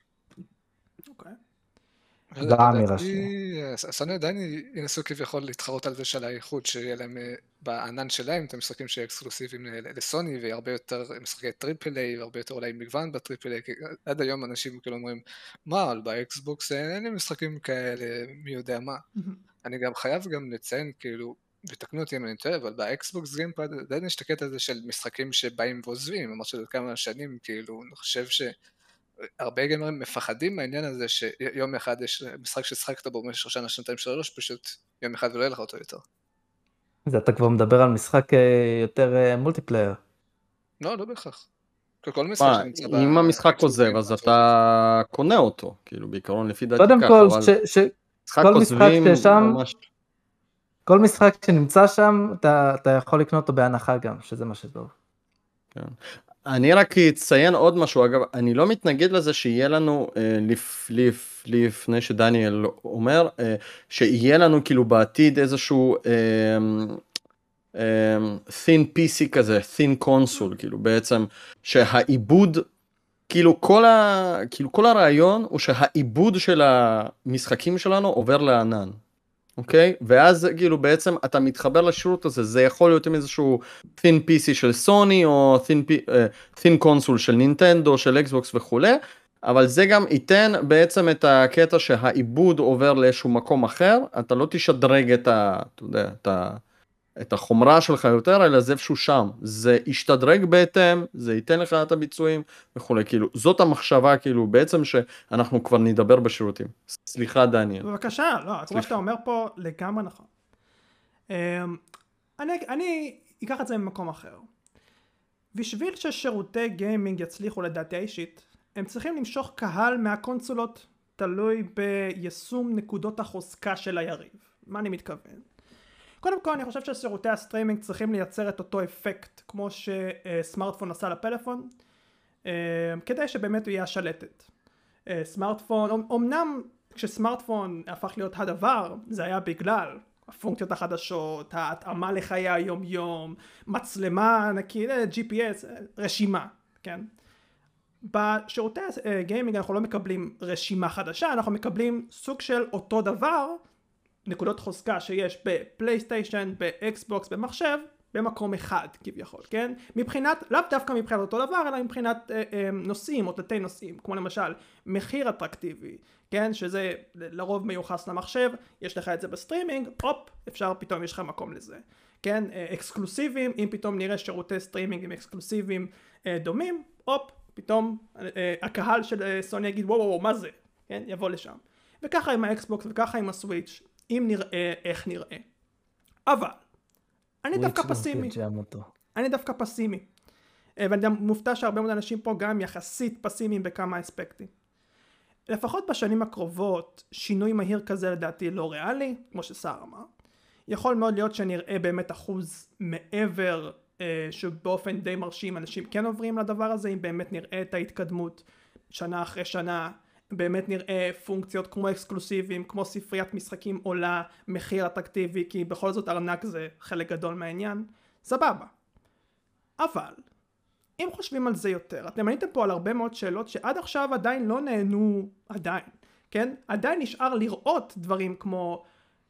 זה האמירה שלי. סוני עדיין ינסו כביכול להתחרות על זה של האיכות, שיהיה להם בענן שלהם את המשחקים שיהיו אקסקלוסיביים לסוני, והרבה יותר משחקי טריפל איי, והרבה יותר אולי מגוון בטריפל איי, כי עד היום אנשים כאילו אומרים, מה, אבל באקסבוקס אין לי משחקים כאלה, מי יודע מה. אני גם חייב גם לציין, כאילו, ותקנו אותי אם אני טועה, אבל באקסבוקס גיימפאד עדיין יש את הקטע הזה של משחקים שבאים ועוזבים, ממש של כמה שנים, כאילו, אני חושב ש... הרבה גיימרים מפחדים מהעניין הזה שיום אחד יש משחק ששחקת בו במשך שנה, שנתיים, שלוש, פשוט יום אחד ולא יהיה לך אותו יותר. זה אתה כבר מדבר על משחק יותר מולטיפלייר. לא, לא בהכרח. כל משחק שנמצא ב... אם המשחק עוזב, אז אתה קונה אותו, כאילו בעיקרון לפי דעתי קודם ככה, כל, אבל כל משחק ששם, כל משחק שנמצא שם, אתה יכול לקנות אותו בהנחה גם, שזה מה שטוב. כן. אני רק אציין עוד משהו, אגב, אני לא מתנגד לזה שיהיה לנו, אה, לפ, לפ, לפני שדניאל אומר, אה, שיהיה לנו כאילו בעתיד איזשהו אה, אה, thin פי סי כזה, thin console, כאילו בעצם שהעיבוד, כאילו כל, ה, כאילו כל הרעיון הוא שהעיבוד של המשחקים שלנו עובר לענן. אוקיי? ואז כאילו בעצם אתה מתחבר לשירות הזה, זה יכול להיות עם איזשהו thin פי סי של סוני, או thin, uh, thin console של נינטנדו, של אקסבוקס וכולי, אבל זה גם ייתן בעצם את הקטע שהעיבוד עובר לאיזשהו מקום אחר, אתה לא תשדרג את, ה, אתה יודע, את, ה, את החומרה שלך יותר, אלא זה איפשהו שם, זה ישתדרג בהתאם, זה ייתן לך את הביצועים וכולי, כאילו, זאת המחשבה כאילו בעצם שאנחנו כבר נדבר בשירותים. סליחה דניאל. בבקשה, לא, כמו שאתה אומר פה לגמרי נכון. אני, אני אקח את זה ממקום אחר. בשביל ששירותי גיימינג יצליחו לדעתי האישית, הם צריכים למשוך קהל מהקונסולות, תלוי ביישום נקודות החוזקה של היריב. מה אני מתכוון? קודם כל אני חושב ששירותי הסטרימינג צריכים לייצר את אותו אפקט כמו שסמארטפון עשה לפלאפון, כדי שבאמת הוא יהיה השלטת. סמארטפון, אמנם כשסמארטפון הפך להיות הדבר, זה היה בגלל הפונקציות החדשות, ההתאמה לחיי היום יום, מצלמה ענקית, ג'י פי אס, רשימה, כן? בשירותי גיימינג אנחנו לא מקבלים רשימה חדשה, אנחנו מקבלים סוג של אותו דבר, נקודות חוזקה שיש בפלייסטיישן, באקסבוקס, במחשב, במקום אחד כביכול, כן? מבחינת, לאו דווקא מבחינת אותו דבר, אלא מבחינת אה, אה, נושאים או תתי נושאים, כמו למשל מחיר אטרקטיבי, כן? שזה לרוב מיוחס למחשב, יש לך את זה בסטרימינג, הופ, אפשר פתאום יש לך מקום לזה, כן? אה, אקסקלוסיביים, אם פתאום נראה שירותי סטרימינג עם אקסקלוסיביים אה, דומים, הופ, פתאום אה, הקהל של אה, סוני יגיד וואו וואו מה זה, כן? יבוא לשם. וככה עם האקסבוקס וככה עם הסוויץ', אם נראה איך נראה. אבל אני דווקא פסימי. אני דווקא פסימי. ואני גם מופתע שהרבה מאוד אנשים פה גם יחסית פסימיים בכמה אספקטים. לפחות בשנים הקרובות, שינוי מהיר כזה לדעתי לא ריאלי, כמו שסער אמר. יכול מאוד להיות שנראה באמת אחוז מעבר, אה, שבאופן די מרשים אנשים כן עוברים לדבר הזה, אם באמת נראה את ההתקדמות שנה אחרי שנה, באמת נראה פונקציות כמו אקסקלוסיביים, כמו ספריית משחקים עולה, מחיר אטרקטיבי, כי בכל זאת ארנק זה חלק גדול מהעניין, סבבה. אבל, אם חושבים על זה יותר, אתם עניתם פה על הרבה מאוד שאלות שעד עכשיו עדיין לא נהנו, עדיין, כן? עדיין נשאר לראות דברים כמו,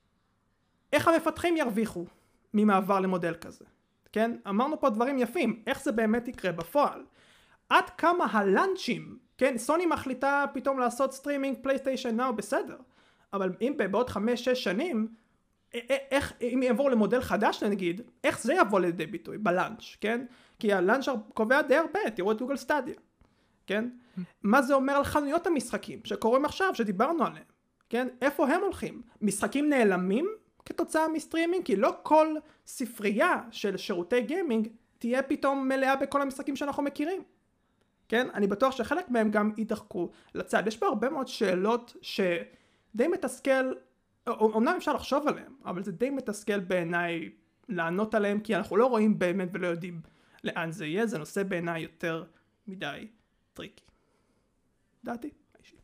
איך המפתחים ירוויחו ממעבר למודל כזה, כן? אמרנו פה דברים יפים, איך זה באמת יקרה בפועל. עד כמה הלאנצ'ים, כן, סוני מחליטה פתאום לעשות סטרימינג פלייסטיישן נאו, בסדר, אבל אם בעוד חמש שש שנים, איך, אם יעבור למודל חדש נגיד, איך זה יבוא לידי ביטוי בלאנץ', כן? כי הלאנץ' קובע די הרבה, תראו את גוגל סטדיה, כן? מה זה אומר על חנויות המשחקים שקורים עכשיו, שדיברנו עליהם, כן? איפה הם הולכים? משחקים נעלמים כתוצאה מסטרימינג? כי לא כל ספרייה של שירותי גיימינג תהיה פתאום מלאה בכל המשחקים שאנחנו מכירים. כן? אני בטוח שחלק מהם גם ידחקו לצד. יש פה הרבה מאוד שאלות שדי מתסכל, אומנם אפשר לחשוב עליהם, אבל זה די מתסכל בעיניי לענות עליהם, כי אנחנו לא רואים באמת ולא יודעים לאן זה יהיה. זה נושא בעיניי יותר מדי טריקי. דעתי, אישי.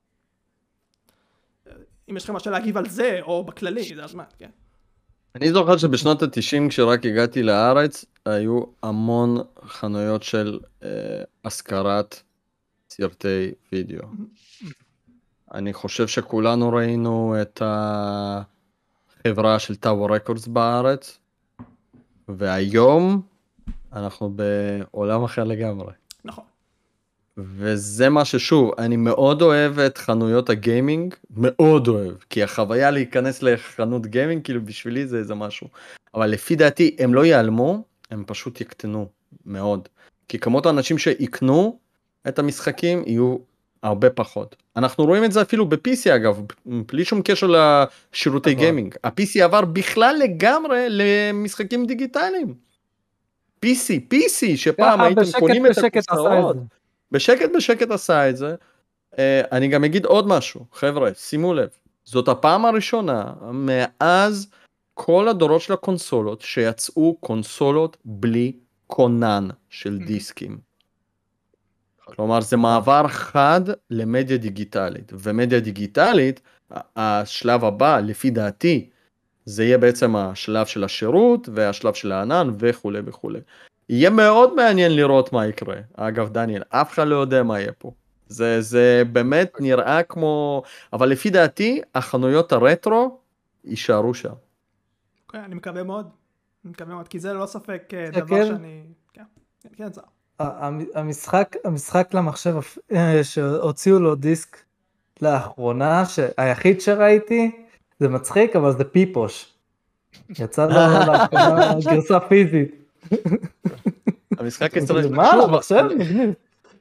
אם יש לכם משהו להגיב על זה, או בכללי, זה הזמן, כן. אני זוכר שבשנות ה-תשעים כשרק הגעתי לארץ, היו המון חנויות של אה, השכרת סרטי וידאו. אני חושב שכולנו ראינו את החברה של טאוור רקורדס בארץ, והיום אנחנו בעולם אחר לגמרי. נכון. וזה מה ששוב, אני מאוד אוהב את חנויות הגיימינג, מאוד אוהב, כי החוויה להיכנס לחנות גיימינג, כאילו בשבילי זה איזה משהו. אבל לפי דעתי, הם לא ייעלמו, הם פשוט יקטנו מאוד. כי כמות האנשים שיקנו את המשחקים יהיו הרבה פחות. אנחנו רואים את זה אפילו ב-פי סי אגב, בלי שום קשר לשירותי גיימינג. ה-פי סי עבר בכלל לגמרי למשחקים דיגיטליים. פי סי, פי סי, שפעם הייתם קונים את הכוסרות. בשקט בשקט עשה את זה. אני גם אגיד עוד משהו, חבר'ה, שימו לב, זאת הפעם הראשונה מאז כל הדורות של הקונסולות שיצאו קונסולות בלי קונן של דיסקים. כלומר זה מעבר חד למדיה דיגיטלית, ומדיה דיגיטלית, השלב הבא לפי דעתי, זה יהיה בעצם השלב של השירות והשלב של הענן וכו' וכו'. יהיה מאוד מעניין לראות מה יקרה. אגב דניאל, אף אחד לא יודע מה יהיה פה. זה, זה באמת נראה כמו, אבל לפי דעתי החנויות הרטרו יישארו שם. אוקיי, אני מקווה מאוד. אני מקווה מאוד, כי זה לא ספק כן. דבר שאני... כן, כן, זה. המ- המשחק, המשחק למחשב אה, שהוציאו לו דיסק לאחרונה, שהיחיד שראיתי, זה מצחיק, אבל זה פיפוש. יצא לו לאחרונה גרסה פיזית. המשחק יצטרך... מה, שוב, למחשב? מגניב.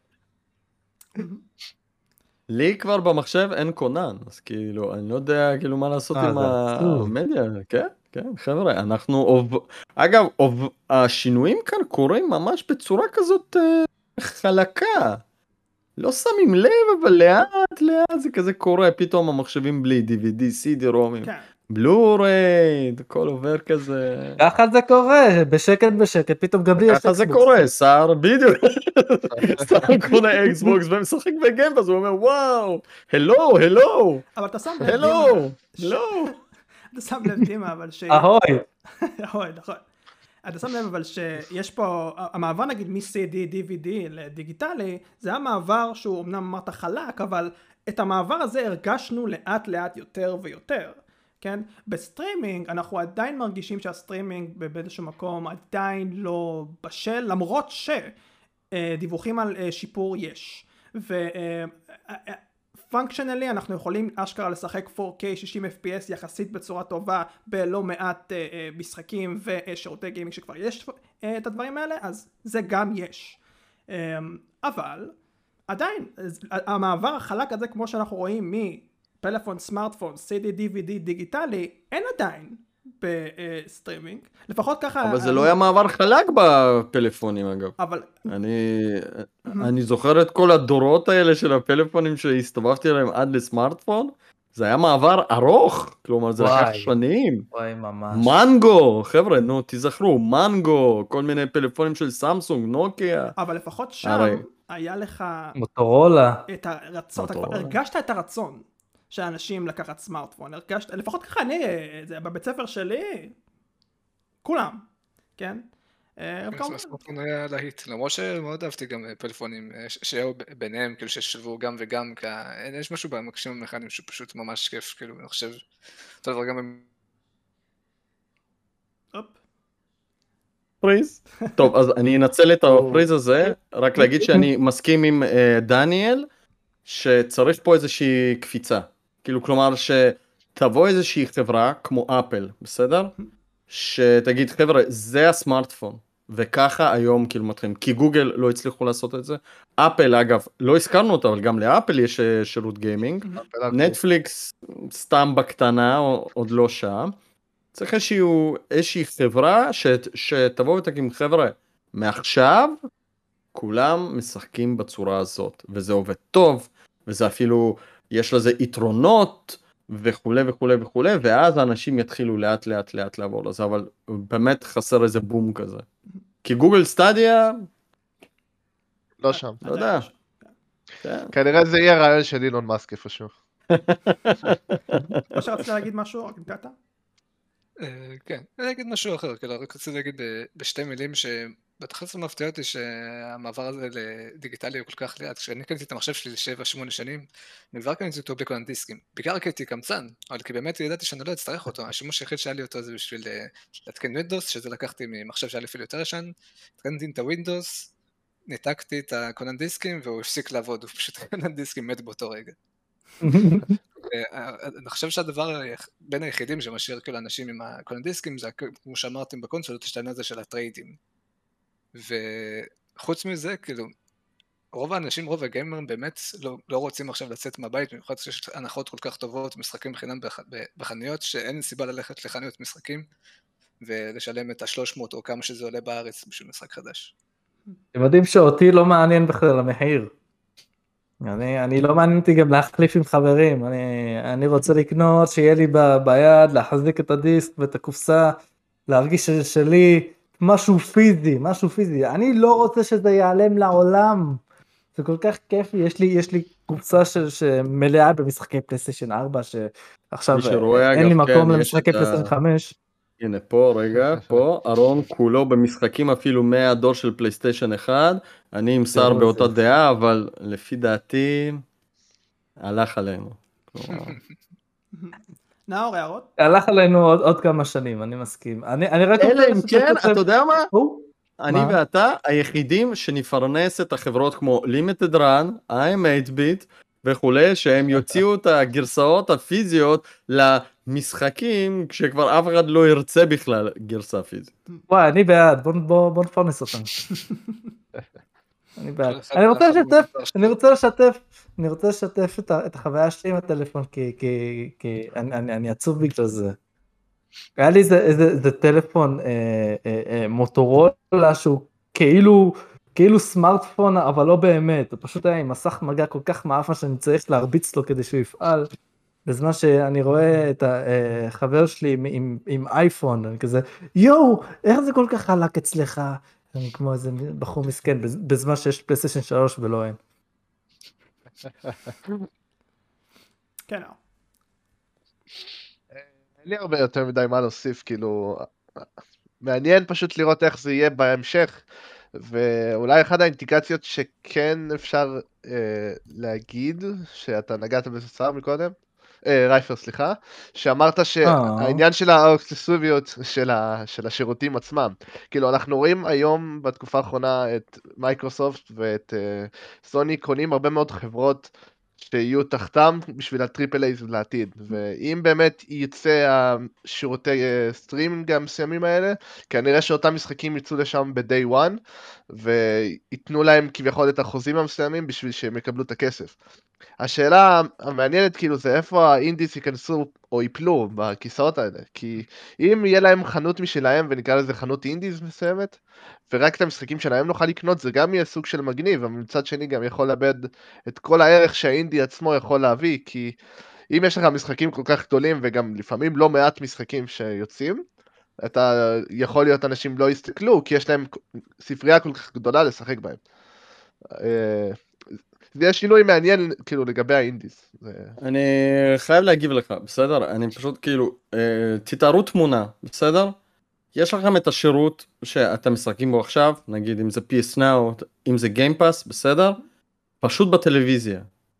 לי כבר במחשב אין קונן, אז כאילו, אני לא יודע כאילו מה לעשות אה, עם זה עצוב. המדיה, כן, כן, חבר'ה, אנחנו, עוב... אגב, עוב... השינויים כאן קורים ממש בצורה כזאת אה, חלקה, לא שמים לב, אבל לאט לאט זה כזה קורה, פתאום המחשבים בלי די וי די, סי די רומים, כן. בלוריי, הכל עובר כזה, ככה זה קורה, בשקט בשקט, פתאום גם לי יש ככה זה אקסבוקס. קורה, שר, בדיוק, שר קונה אקסבוקס ומשחק בגיימפאס, הוא אומר וואו, הלו, הלו, אבל אתה שם לב, הלו, דימה, הלו. אתה שם לב, דימה, אבל ש... אהוי. נכון, נכון. אתה שם לב אבל שיש פה, המעבר נגיד מ-סי די, די וי די לדיגיטלי, זה המעבר שהוא אמנם אמרת חלק, אבל את המעבר הזה הרגשנו לאט לאט יותר ויותר, כן? בסטרימינג אנחנו עדיין מרגישים שהסטרימינג באיזשהו מקום עדיין לא בשל, למרות שדיווחים על שיפור יש. ו... פונקשיונלי אנחנו יכולים אשכרה לשחק פור קיי שישים אף פי אס יחסית בצורה טובה בלא מעט uh, uh, משחקים ושירותי גיימינג שכבר יש uh, את הדברים האלה, אז זה גם יש. Um, אבל עדיין המעבר החלק הזה כמו שאנחנו רואים מפלאפון, סמארטפון, סי די, די וי די דיגיטלי, אין עדיין בסטרימינג, לפחות ככה... אבל זה לא היה מעבר חלק בפלאפונים אגב. אבל... אני, אני זוכר את כל הדורות האלה של הפלאפונים שהסתובבתי עליהם עד לסמארטפון, זה היה מעבר ארוך, כלומר זה לקח שנים. וואי, ממש. מנגו, חבר'ה, נו, תזכרו, מנגו, כל מיני פלאפונים של סמסונג, נוקיה. אבל לפחות שם הרי... היה לך... מוטורולה. את הרצון, אתה מוטורולה. כבר הרגשת את הרצון של האנשים לקחת סמארטפון, הרגשת, לפחות ככה אני, זה בבית ספר שלי, כולם, כן? הסמארטפון היה להיט, למרות שמאוד אהבתי גם פלאפונים שהיו ביניהם, כאילו ששלבו גם וגם, יש משהו במקשים המכנים שפשוט ממש כיף, כאילו, אני חושב, אותו דבר גם הם... פריז. טוב, אז אני אנצל את הפריז הזה, רק להגיד שאני מסכים עם דניאל, שצריך פה איזושהי קפיצה. כאילו, כלומר, שתבוא איזושהי חברה כמו אפל, בסדר? שתגיד, חבר'ה, זה הסמארטפון, וככה היום כאילו מתחילים, כי גוגל לא הצליחו לעשות את זה. אפל, אגב, לא הזכרנו אותה, אבל גם לאפל יש שירות גיימינג. נטפליקס סתם בקטנה, עוד לא שם. צריך איזשהו, איזושהי חברה ש, שתבוא ותקים, חבר'ה, מעכשיו כולם משחקים בצורה הזאת, וזה עובד טוב, וזה אפילו, יש לזה יתרונות, וכולי וכולי וכולי, ואז האנשים יתחילו לאט לאט לאט לעבור לזה, אבל באמת חסר איזה בום כזה. כי גוגל סטדיה... לא שם. לא יודע. כנראה זה יהיה רעיון של אילון מאסק איפשהו. או שרצית להגיד משהו, רק נקטע? כן, אני אגיד משהו אחר, כאילו, רק רציתי להגיד בשתי מילים שבתכלס מפתיע אותי שהמעבר הזה לדיגיטלי הוא כל כך לאט. כשאני קניתי את המחשב שלי שבע שמונה שנים, אני כבר קניתי אותו בלי קונן דיסקים. בעיקר כי הייתי קמצן, אבל כי באמת ידעתי שאני לא אצטרך אותו. השימוש היחיד שהיה לי אותו זה בשביל להתקן ווינדוס, שזה לקחתי ממחשב שהיה לי אפילו יותר ישן, התקנתי את הווינדוס, ניתקתי את הקונן דיסקים והוא הפסיק לעבוד, הוא פשוט קונן דיסקים מת באותו רגע. אני חושב שהדבר בין היחידים שמשאיר כאילו אנשים עם הקונן דיסקים זה כמו שאמרתם בקונסולות יש את העניין הזה של הטריידים, וחוץ מזה כאילו רוב האנשים, רוב הגיימרים באמת לא, לא רוצים עכשיו לצאת מהבית, במיוחד שיש הנחות כל כך טובות, משחקים בחינם בח, בחנויות שאין סיבה ללכת לחנויות משחקים ולשלם את ה-שלוש מאות או כמה שזה עולה בארץ בשביל משחק חדש. אתם יודעים שאותי לא מעניין בכלל המחיר. אני, אני לא מעניין אותי גם להחליף עם חברים, אני, אני רוצה לקנות, שיהיה לי ב, ביד, להחזיק את הדיסק ואת הקופסה, להרגיש שזה שלי, משהו פיזי, משהו פיזי, אני לא רוצה שזה ייעלם לעולם, זה כל כך כיפי, יש לי, יש לי קופסה ש, שמלאה במשחקי פלייסטיישן ארבע, שעכשיו אין אגב, לי מקום כן, למשחקי פלייסטיישן חמש. הנה פה, רגע, פה, ארון כולו במשחקים אפילו מהדור של פלייסטיישן אחד, אני עם שר באותה דעה, אבל לפי דעתי, הלך עלינו. נאור, הערות? הלך עלינו עוד, עוד כמה שנים, אני מסכים. אני, אני רק... אלא רוצה אם לשתף כן, אתכם- אתה יודע מה? או, אני מה? ואתה היחידים שנפרנס את החברות כמו Limited Run, איי אם אייט ביט וכולי, שהם יוציאו את הגרסאות הפיזיות למשחקים, כשכבר אף אחד לא ירצה בכלל גרסה פיזית. וואי, אני בעד, בוא, בוא, בוא נפרנס אותם. אני בעד. כל אחד אני רוצה ואחד לשתף, במוצר אני רוצה לשתף, אני רוצה לשתף את ה- את החוויה שלי עם הטלפון, כי, כי, כי אני, אני, אני עצוב בגלל זה. היה לי איזה, איזה, איזה טלפון אה, אה, אה, מוטורולה שהוא כאילו, כאילו סמארטפון, אבל לא באמת, הוא פשוט היה עם מסך מגע כל כך מאפן שאני צריך להרביץ לו כדי שהוא יפעל. בזמן שאני רואה את החבר שלי עם, עם, עם אייפון, אני כזה, יואו, איך זה כל כך חלק אצלך? אני כמו איזה בחור מסכן, בזמן שיש פלייסטיישן שלוש ולא אין. כן, נאור. אין לי הרבה יותר מדי מה להוסיף, כאילו, מעניין פשוט לראות איך זה יהיה בהמשך, ואולי אחת האינדיקציות שכן אפשר אה, להגיד, שאתה נגעת בזה שר מקודם, אה, רייפר סליחה, שאמרת שהעניין של האקסקלוסיביות של, ה, של השירותים עצמם, כאילו אנחנו רואים היום בתקופה האחרונה את מייקרוסופט ואת אה, סוני קונים הרבה מאוד חברות, שיהיו תחתם בשביל הטריפל אייז לעתיד, ואם באמת יצא השירותי סטרימינג המסוימים האלה, כנראה שאותם משחקים יצאו לשם ב-day one, ויתנו להם כביכול את החוזים המסוימים בשביל שהם יקבלו את הכסף. השאלה המעניינת כאילו זה איפה האינדיס ייכנסו או ייפלו בכיסאות האלה, כי אם יהיה להם חנות משלהם ונקרא לזה חנות אינדיס מסוימת, ורק את המשחקים שלהם נוכל לקנות, זה גם יהיה סוג של מגניב, אבל מצד שני גם יכול לאבד את כל הערך שהאינדי עצמו יכול להביא, כי אם יש לך משחקים כל כך גדולים, וגם לפעמים לא מעט משחקים שיוצאים, אתה יכול להיות אנשים לא יסתכלו, כי יש להם ספרייה כל כך גדולה לשחק בהם. זה יהיה שינוי מעניין כאילו לגבי האינדיס. אני חייב להגיב לך, בסדר? אני פשוט כאילו, תתארו תמונה, בסדר? יש לכם את השירות שאתם משחקים בו עכשיו, נגיד אם זה פי אס Now, אם זה Game Pass, בסדר? פשוט בטלוויזיה.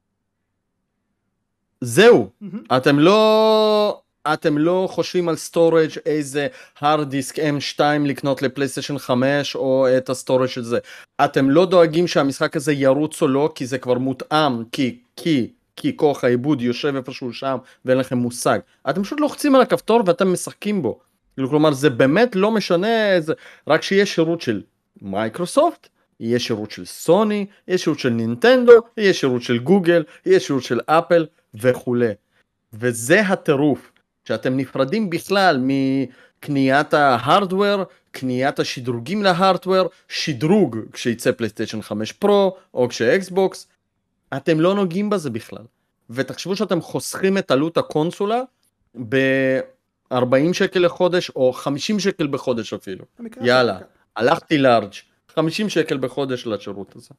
זהו, אתם לא, אתם לא חושבים על סטורג' איזה hard disk אם שתיים לקנות לפלייסטיישן חמש או את הסטורג' של זה. אתם לא דואגים שהמשחק הזה ירוץ או לא, כי זה כבר מותאם, כי, כי, כי כוח העיבוד יושב איפשהו שם ואין לכם מושג. אתם פשוט לוחצים על הכפתור ואתם משחקים בו. כלומר זה באמת לא משנה, זה, רק שיהיה שירות של מייקרוסופט, יהיה שירות של סוני, יהיה שירות של נינטנדו, יהיה שירות של גוגל, יהיה שירות של אפל וכו'. וזה הטירוף, שאתם נפרדים בכלל מקניית ההארדוור, קניית השדרוגים להארדוור, שדרוג כשיצא פלייסטיישן חמש פרו או כשאקסבוקס, אתם לא נוגעים בזה בכלל. ותחשבו שאתם חוסכים את עלות הקונסולה ב-ארבעים שקל לחודש או חמישים שקל בחודש אפילו. יאללה, הלכתי לארג' חמישים שקל בחודש לשירות הזה.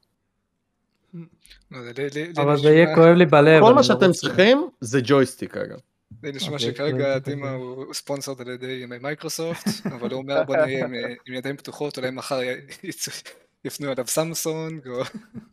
אבל זה יהיה כואב לי בלב. כל מה שאתם צריכים זה ג'ויסטיק אגב. זה נשמע שכרגע דימה הוא ספונסרד על ידי מייקרוסופט, אבל הוא אומר בוא נהיה עם ידיים פתוחות, אולי מחר יפנו עליו סמסונג או...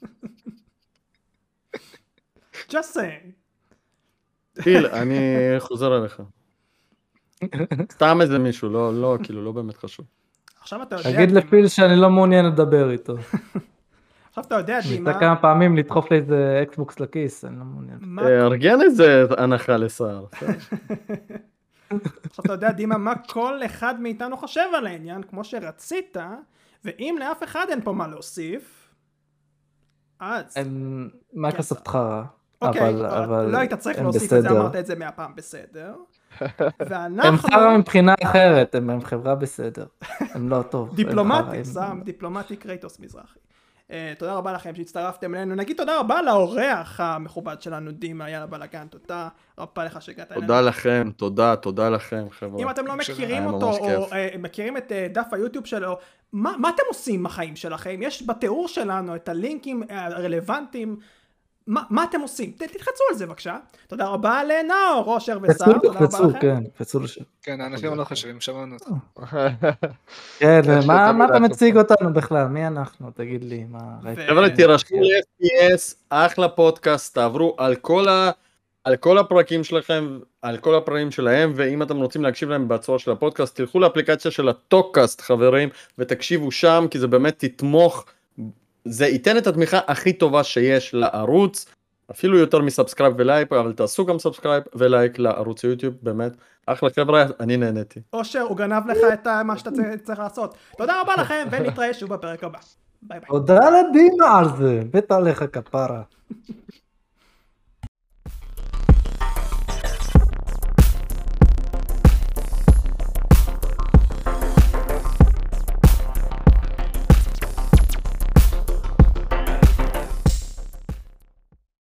Just saying. פיל, אני חוזר אליך. סתם איזה מישהו, לא, לא, כאילו, לא באמת חשוב. עכשיו אתה יודע... תגיד לפיל שאני לא מעוניין לדבר איתו. עכשיו אתה יודע, דימה... ניסה כמה פעמים לדחוף לי איזה אקסבוקס לכיס, אני לא מעוניין. ארגן איזה הנחה לשר. עכשיו אתה יודע, דימה, מה כל אחד מאיתנו חושב על העניין, כמו שרצית, ואם לאף אחד אין פה מה להוסיף, אז... מייקרוסופט חרא. אוקיי, לא היית צריך להוסיף את זה, אמרת את זה מהפעם בסדר. הם חרא מבחינה אחרת, הם חברה בסדר. הם לא טוב. דיפלומטי, שם דיפלומטי קרייטוס מזרחי. תודה רבה לכם שהצטרפתם אלינו. נגיד תודה רבה לאורח המכובד שלנו, דימה, יאללה בלגן, תודה רבה לך שהגעת אלינו. תודה לכם, תודה, תודה לכם, חבר'ה. אם אתם לא מכירים אותו, או מכירים את דף היוטיוב שלו, מה אתם עושים בחיים שלכם? יש בתיאור שלנו את הלינקים הרלוונטיים. מה אתם עושים? תתחצו על זה בבקשה. תודה רבה לנאור, רושר ושר, תודה רבה לכם. כן, פצצו לשם. כן, האנשים לא חושבים, שמענו אותו. כן, מה אתה מציג אותנו בכלל? מי אנחנו? תגיד לי. חבר'ה, תירשמו ל-אף פי אס, אחלה פודקאסט, תעברו על כל על כל הפרקים שלכם, על כל הפרקים שלהם, ואם אתם רוצים להקשיב להם בצורה של הפודקאסט, תלכו לאפליקציה של הטוקקאסט, חברים, ותקשיבו שם, כי זה באמת תתמוך, זה ייתן את התמיכה הכי טובה שיש לערוץ, אפילו יותר מסאבסקרייב ולייק, אבל תעשו גם סאבסקרייב ולייק לערוץ יוטיוב, באמת, אחלה חבר'ה, אני נהניתי. אושר, הוא גנב לך את מה שאתה צריך לעשות. תודה רבה לכם, ונתראה שוב בפרק הבא. ביי ביי. תודה לדימה על זה, בית עליך כפרה.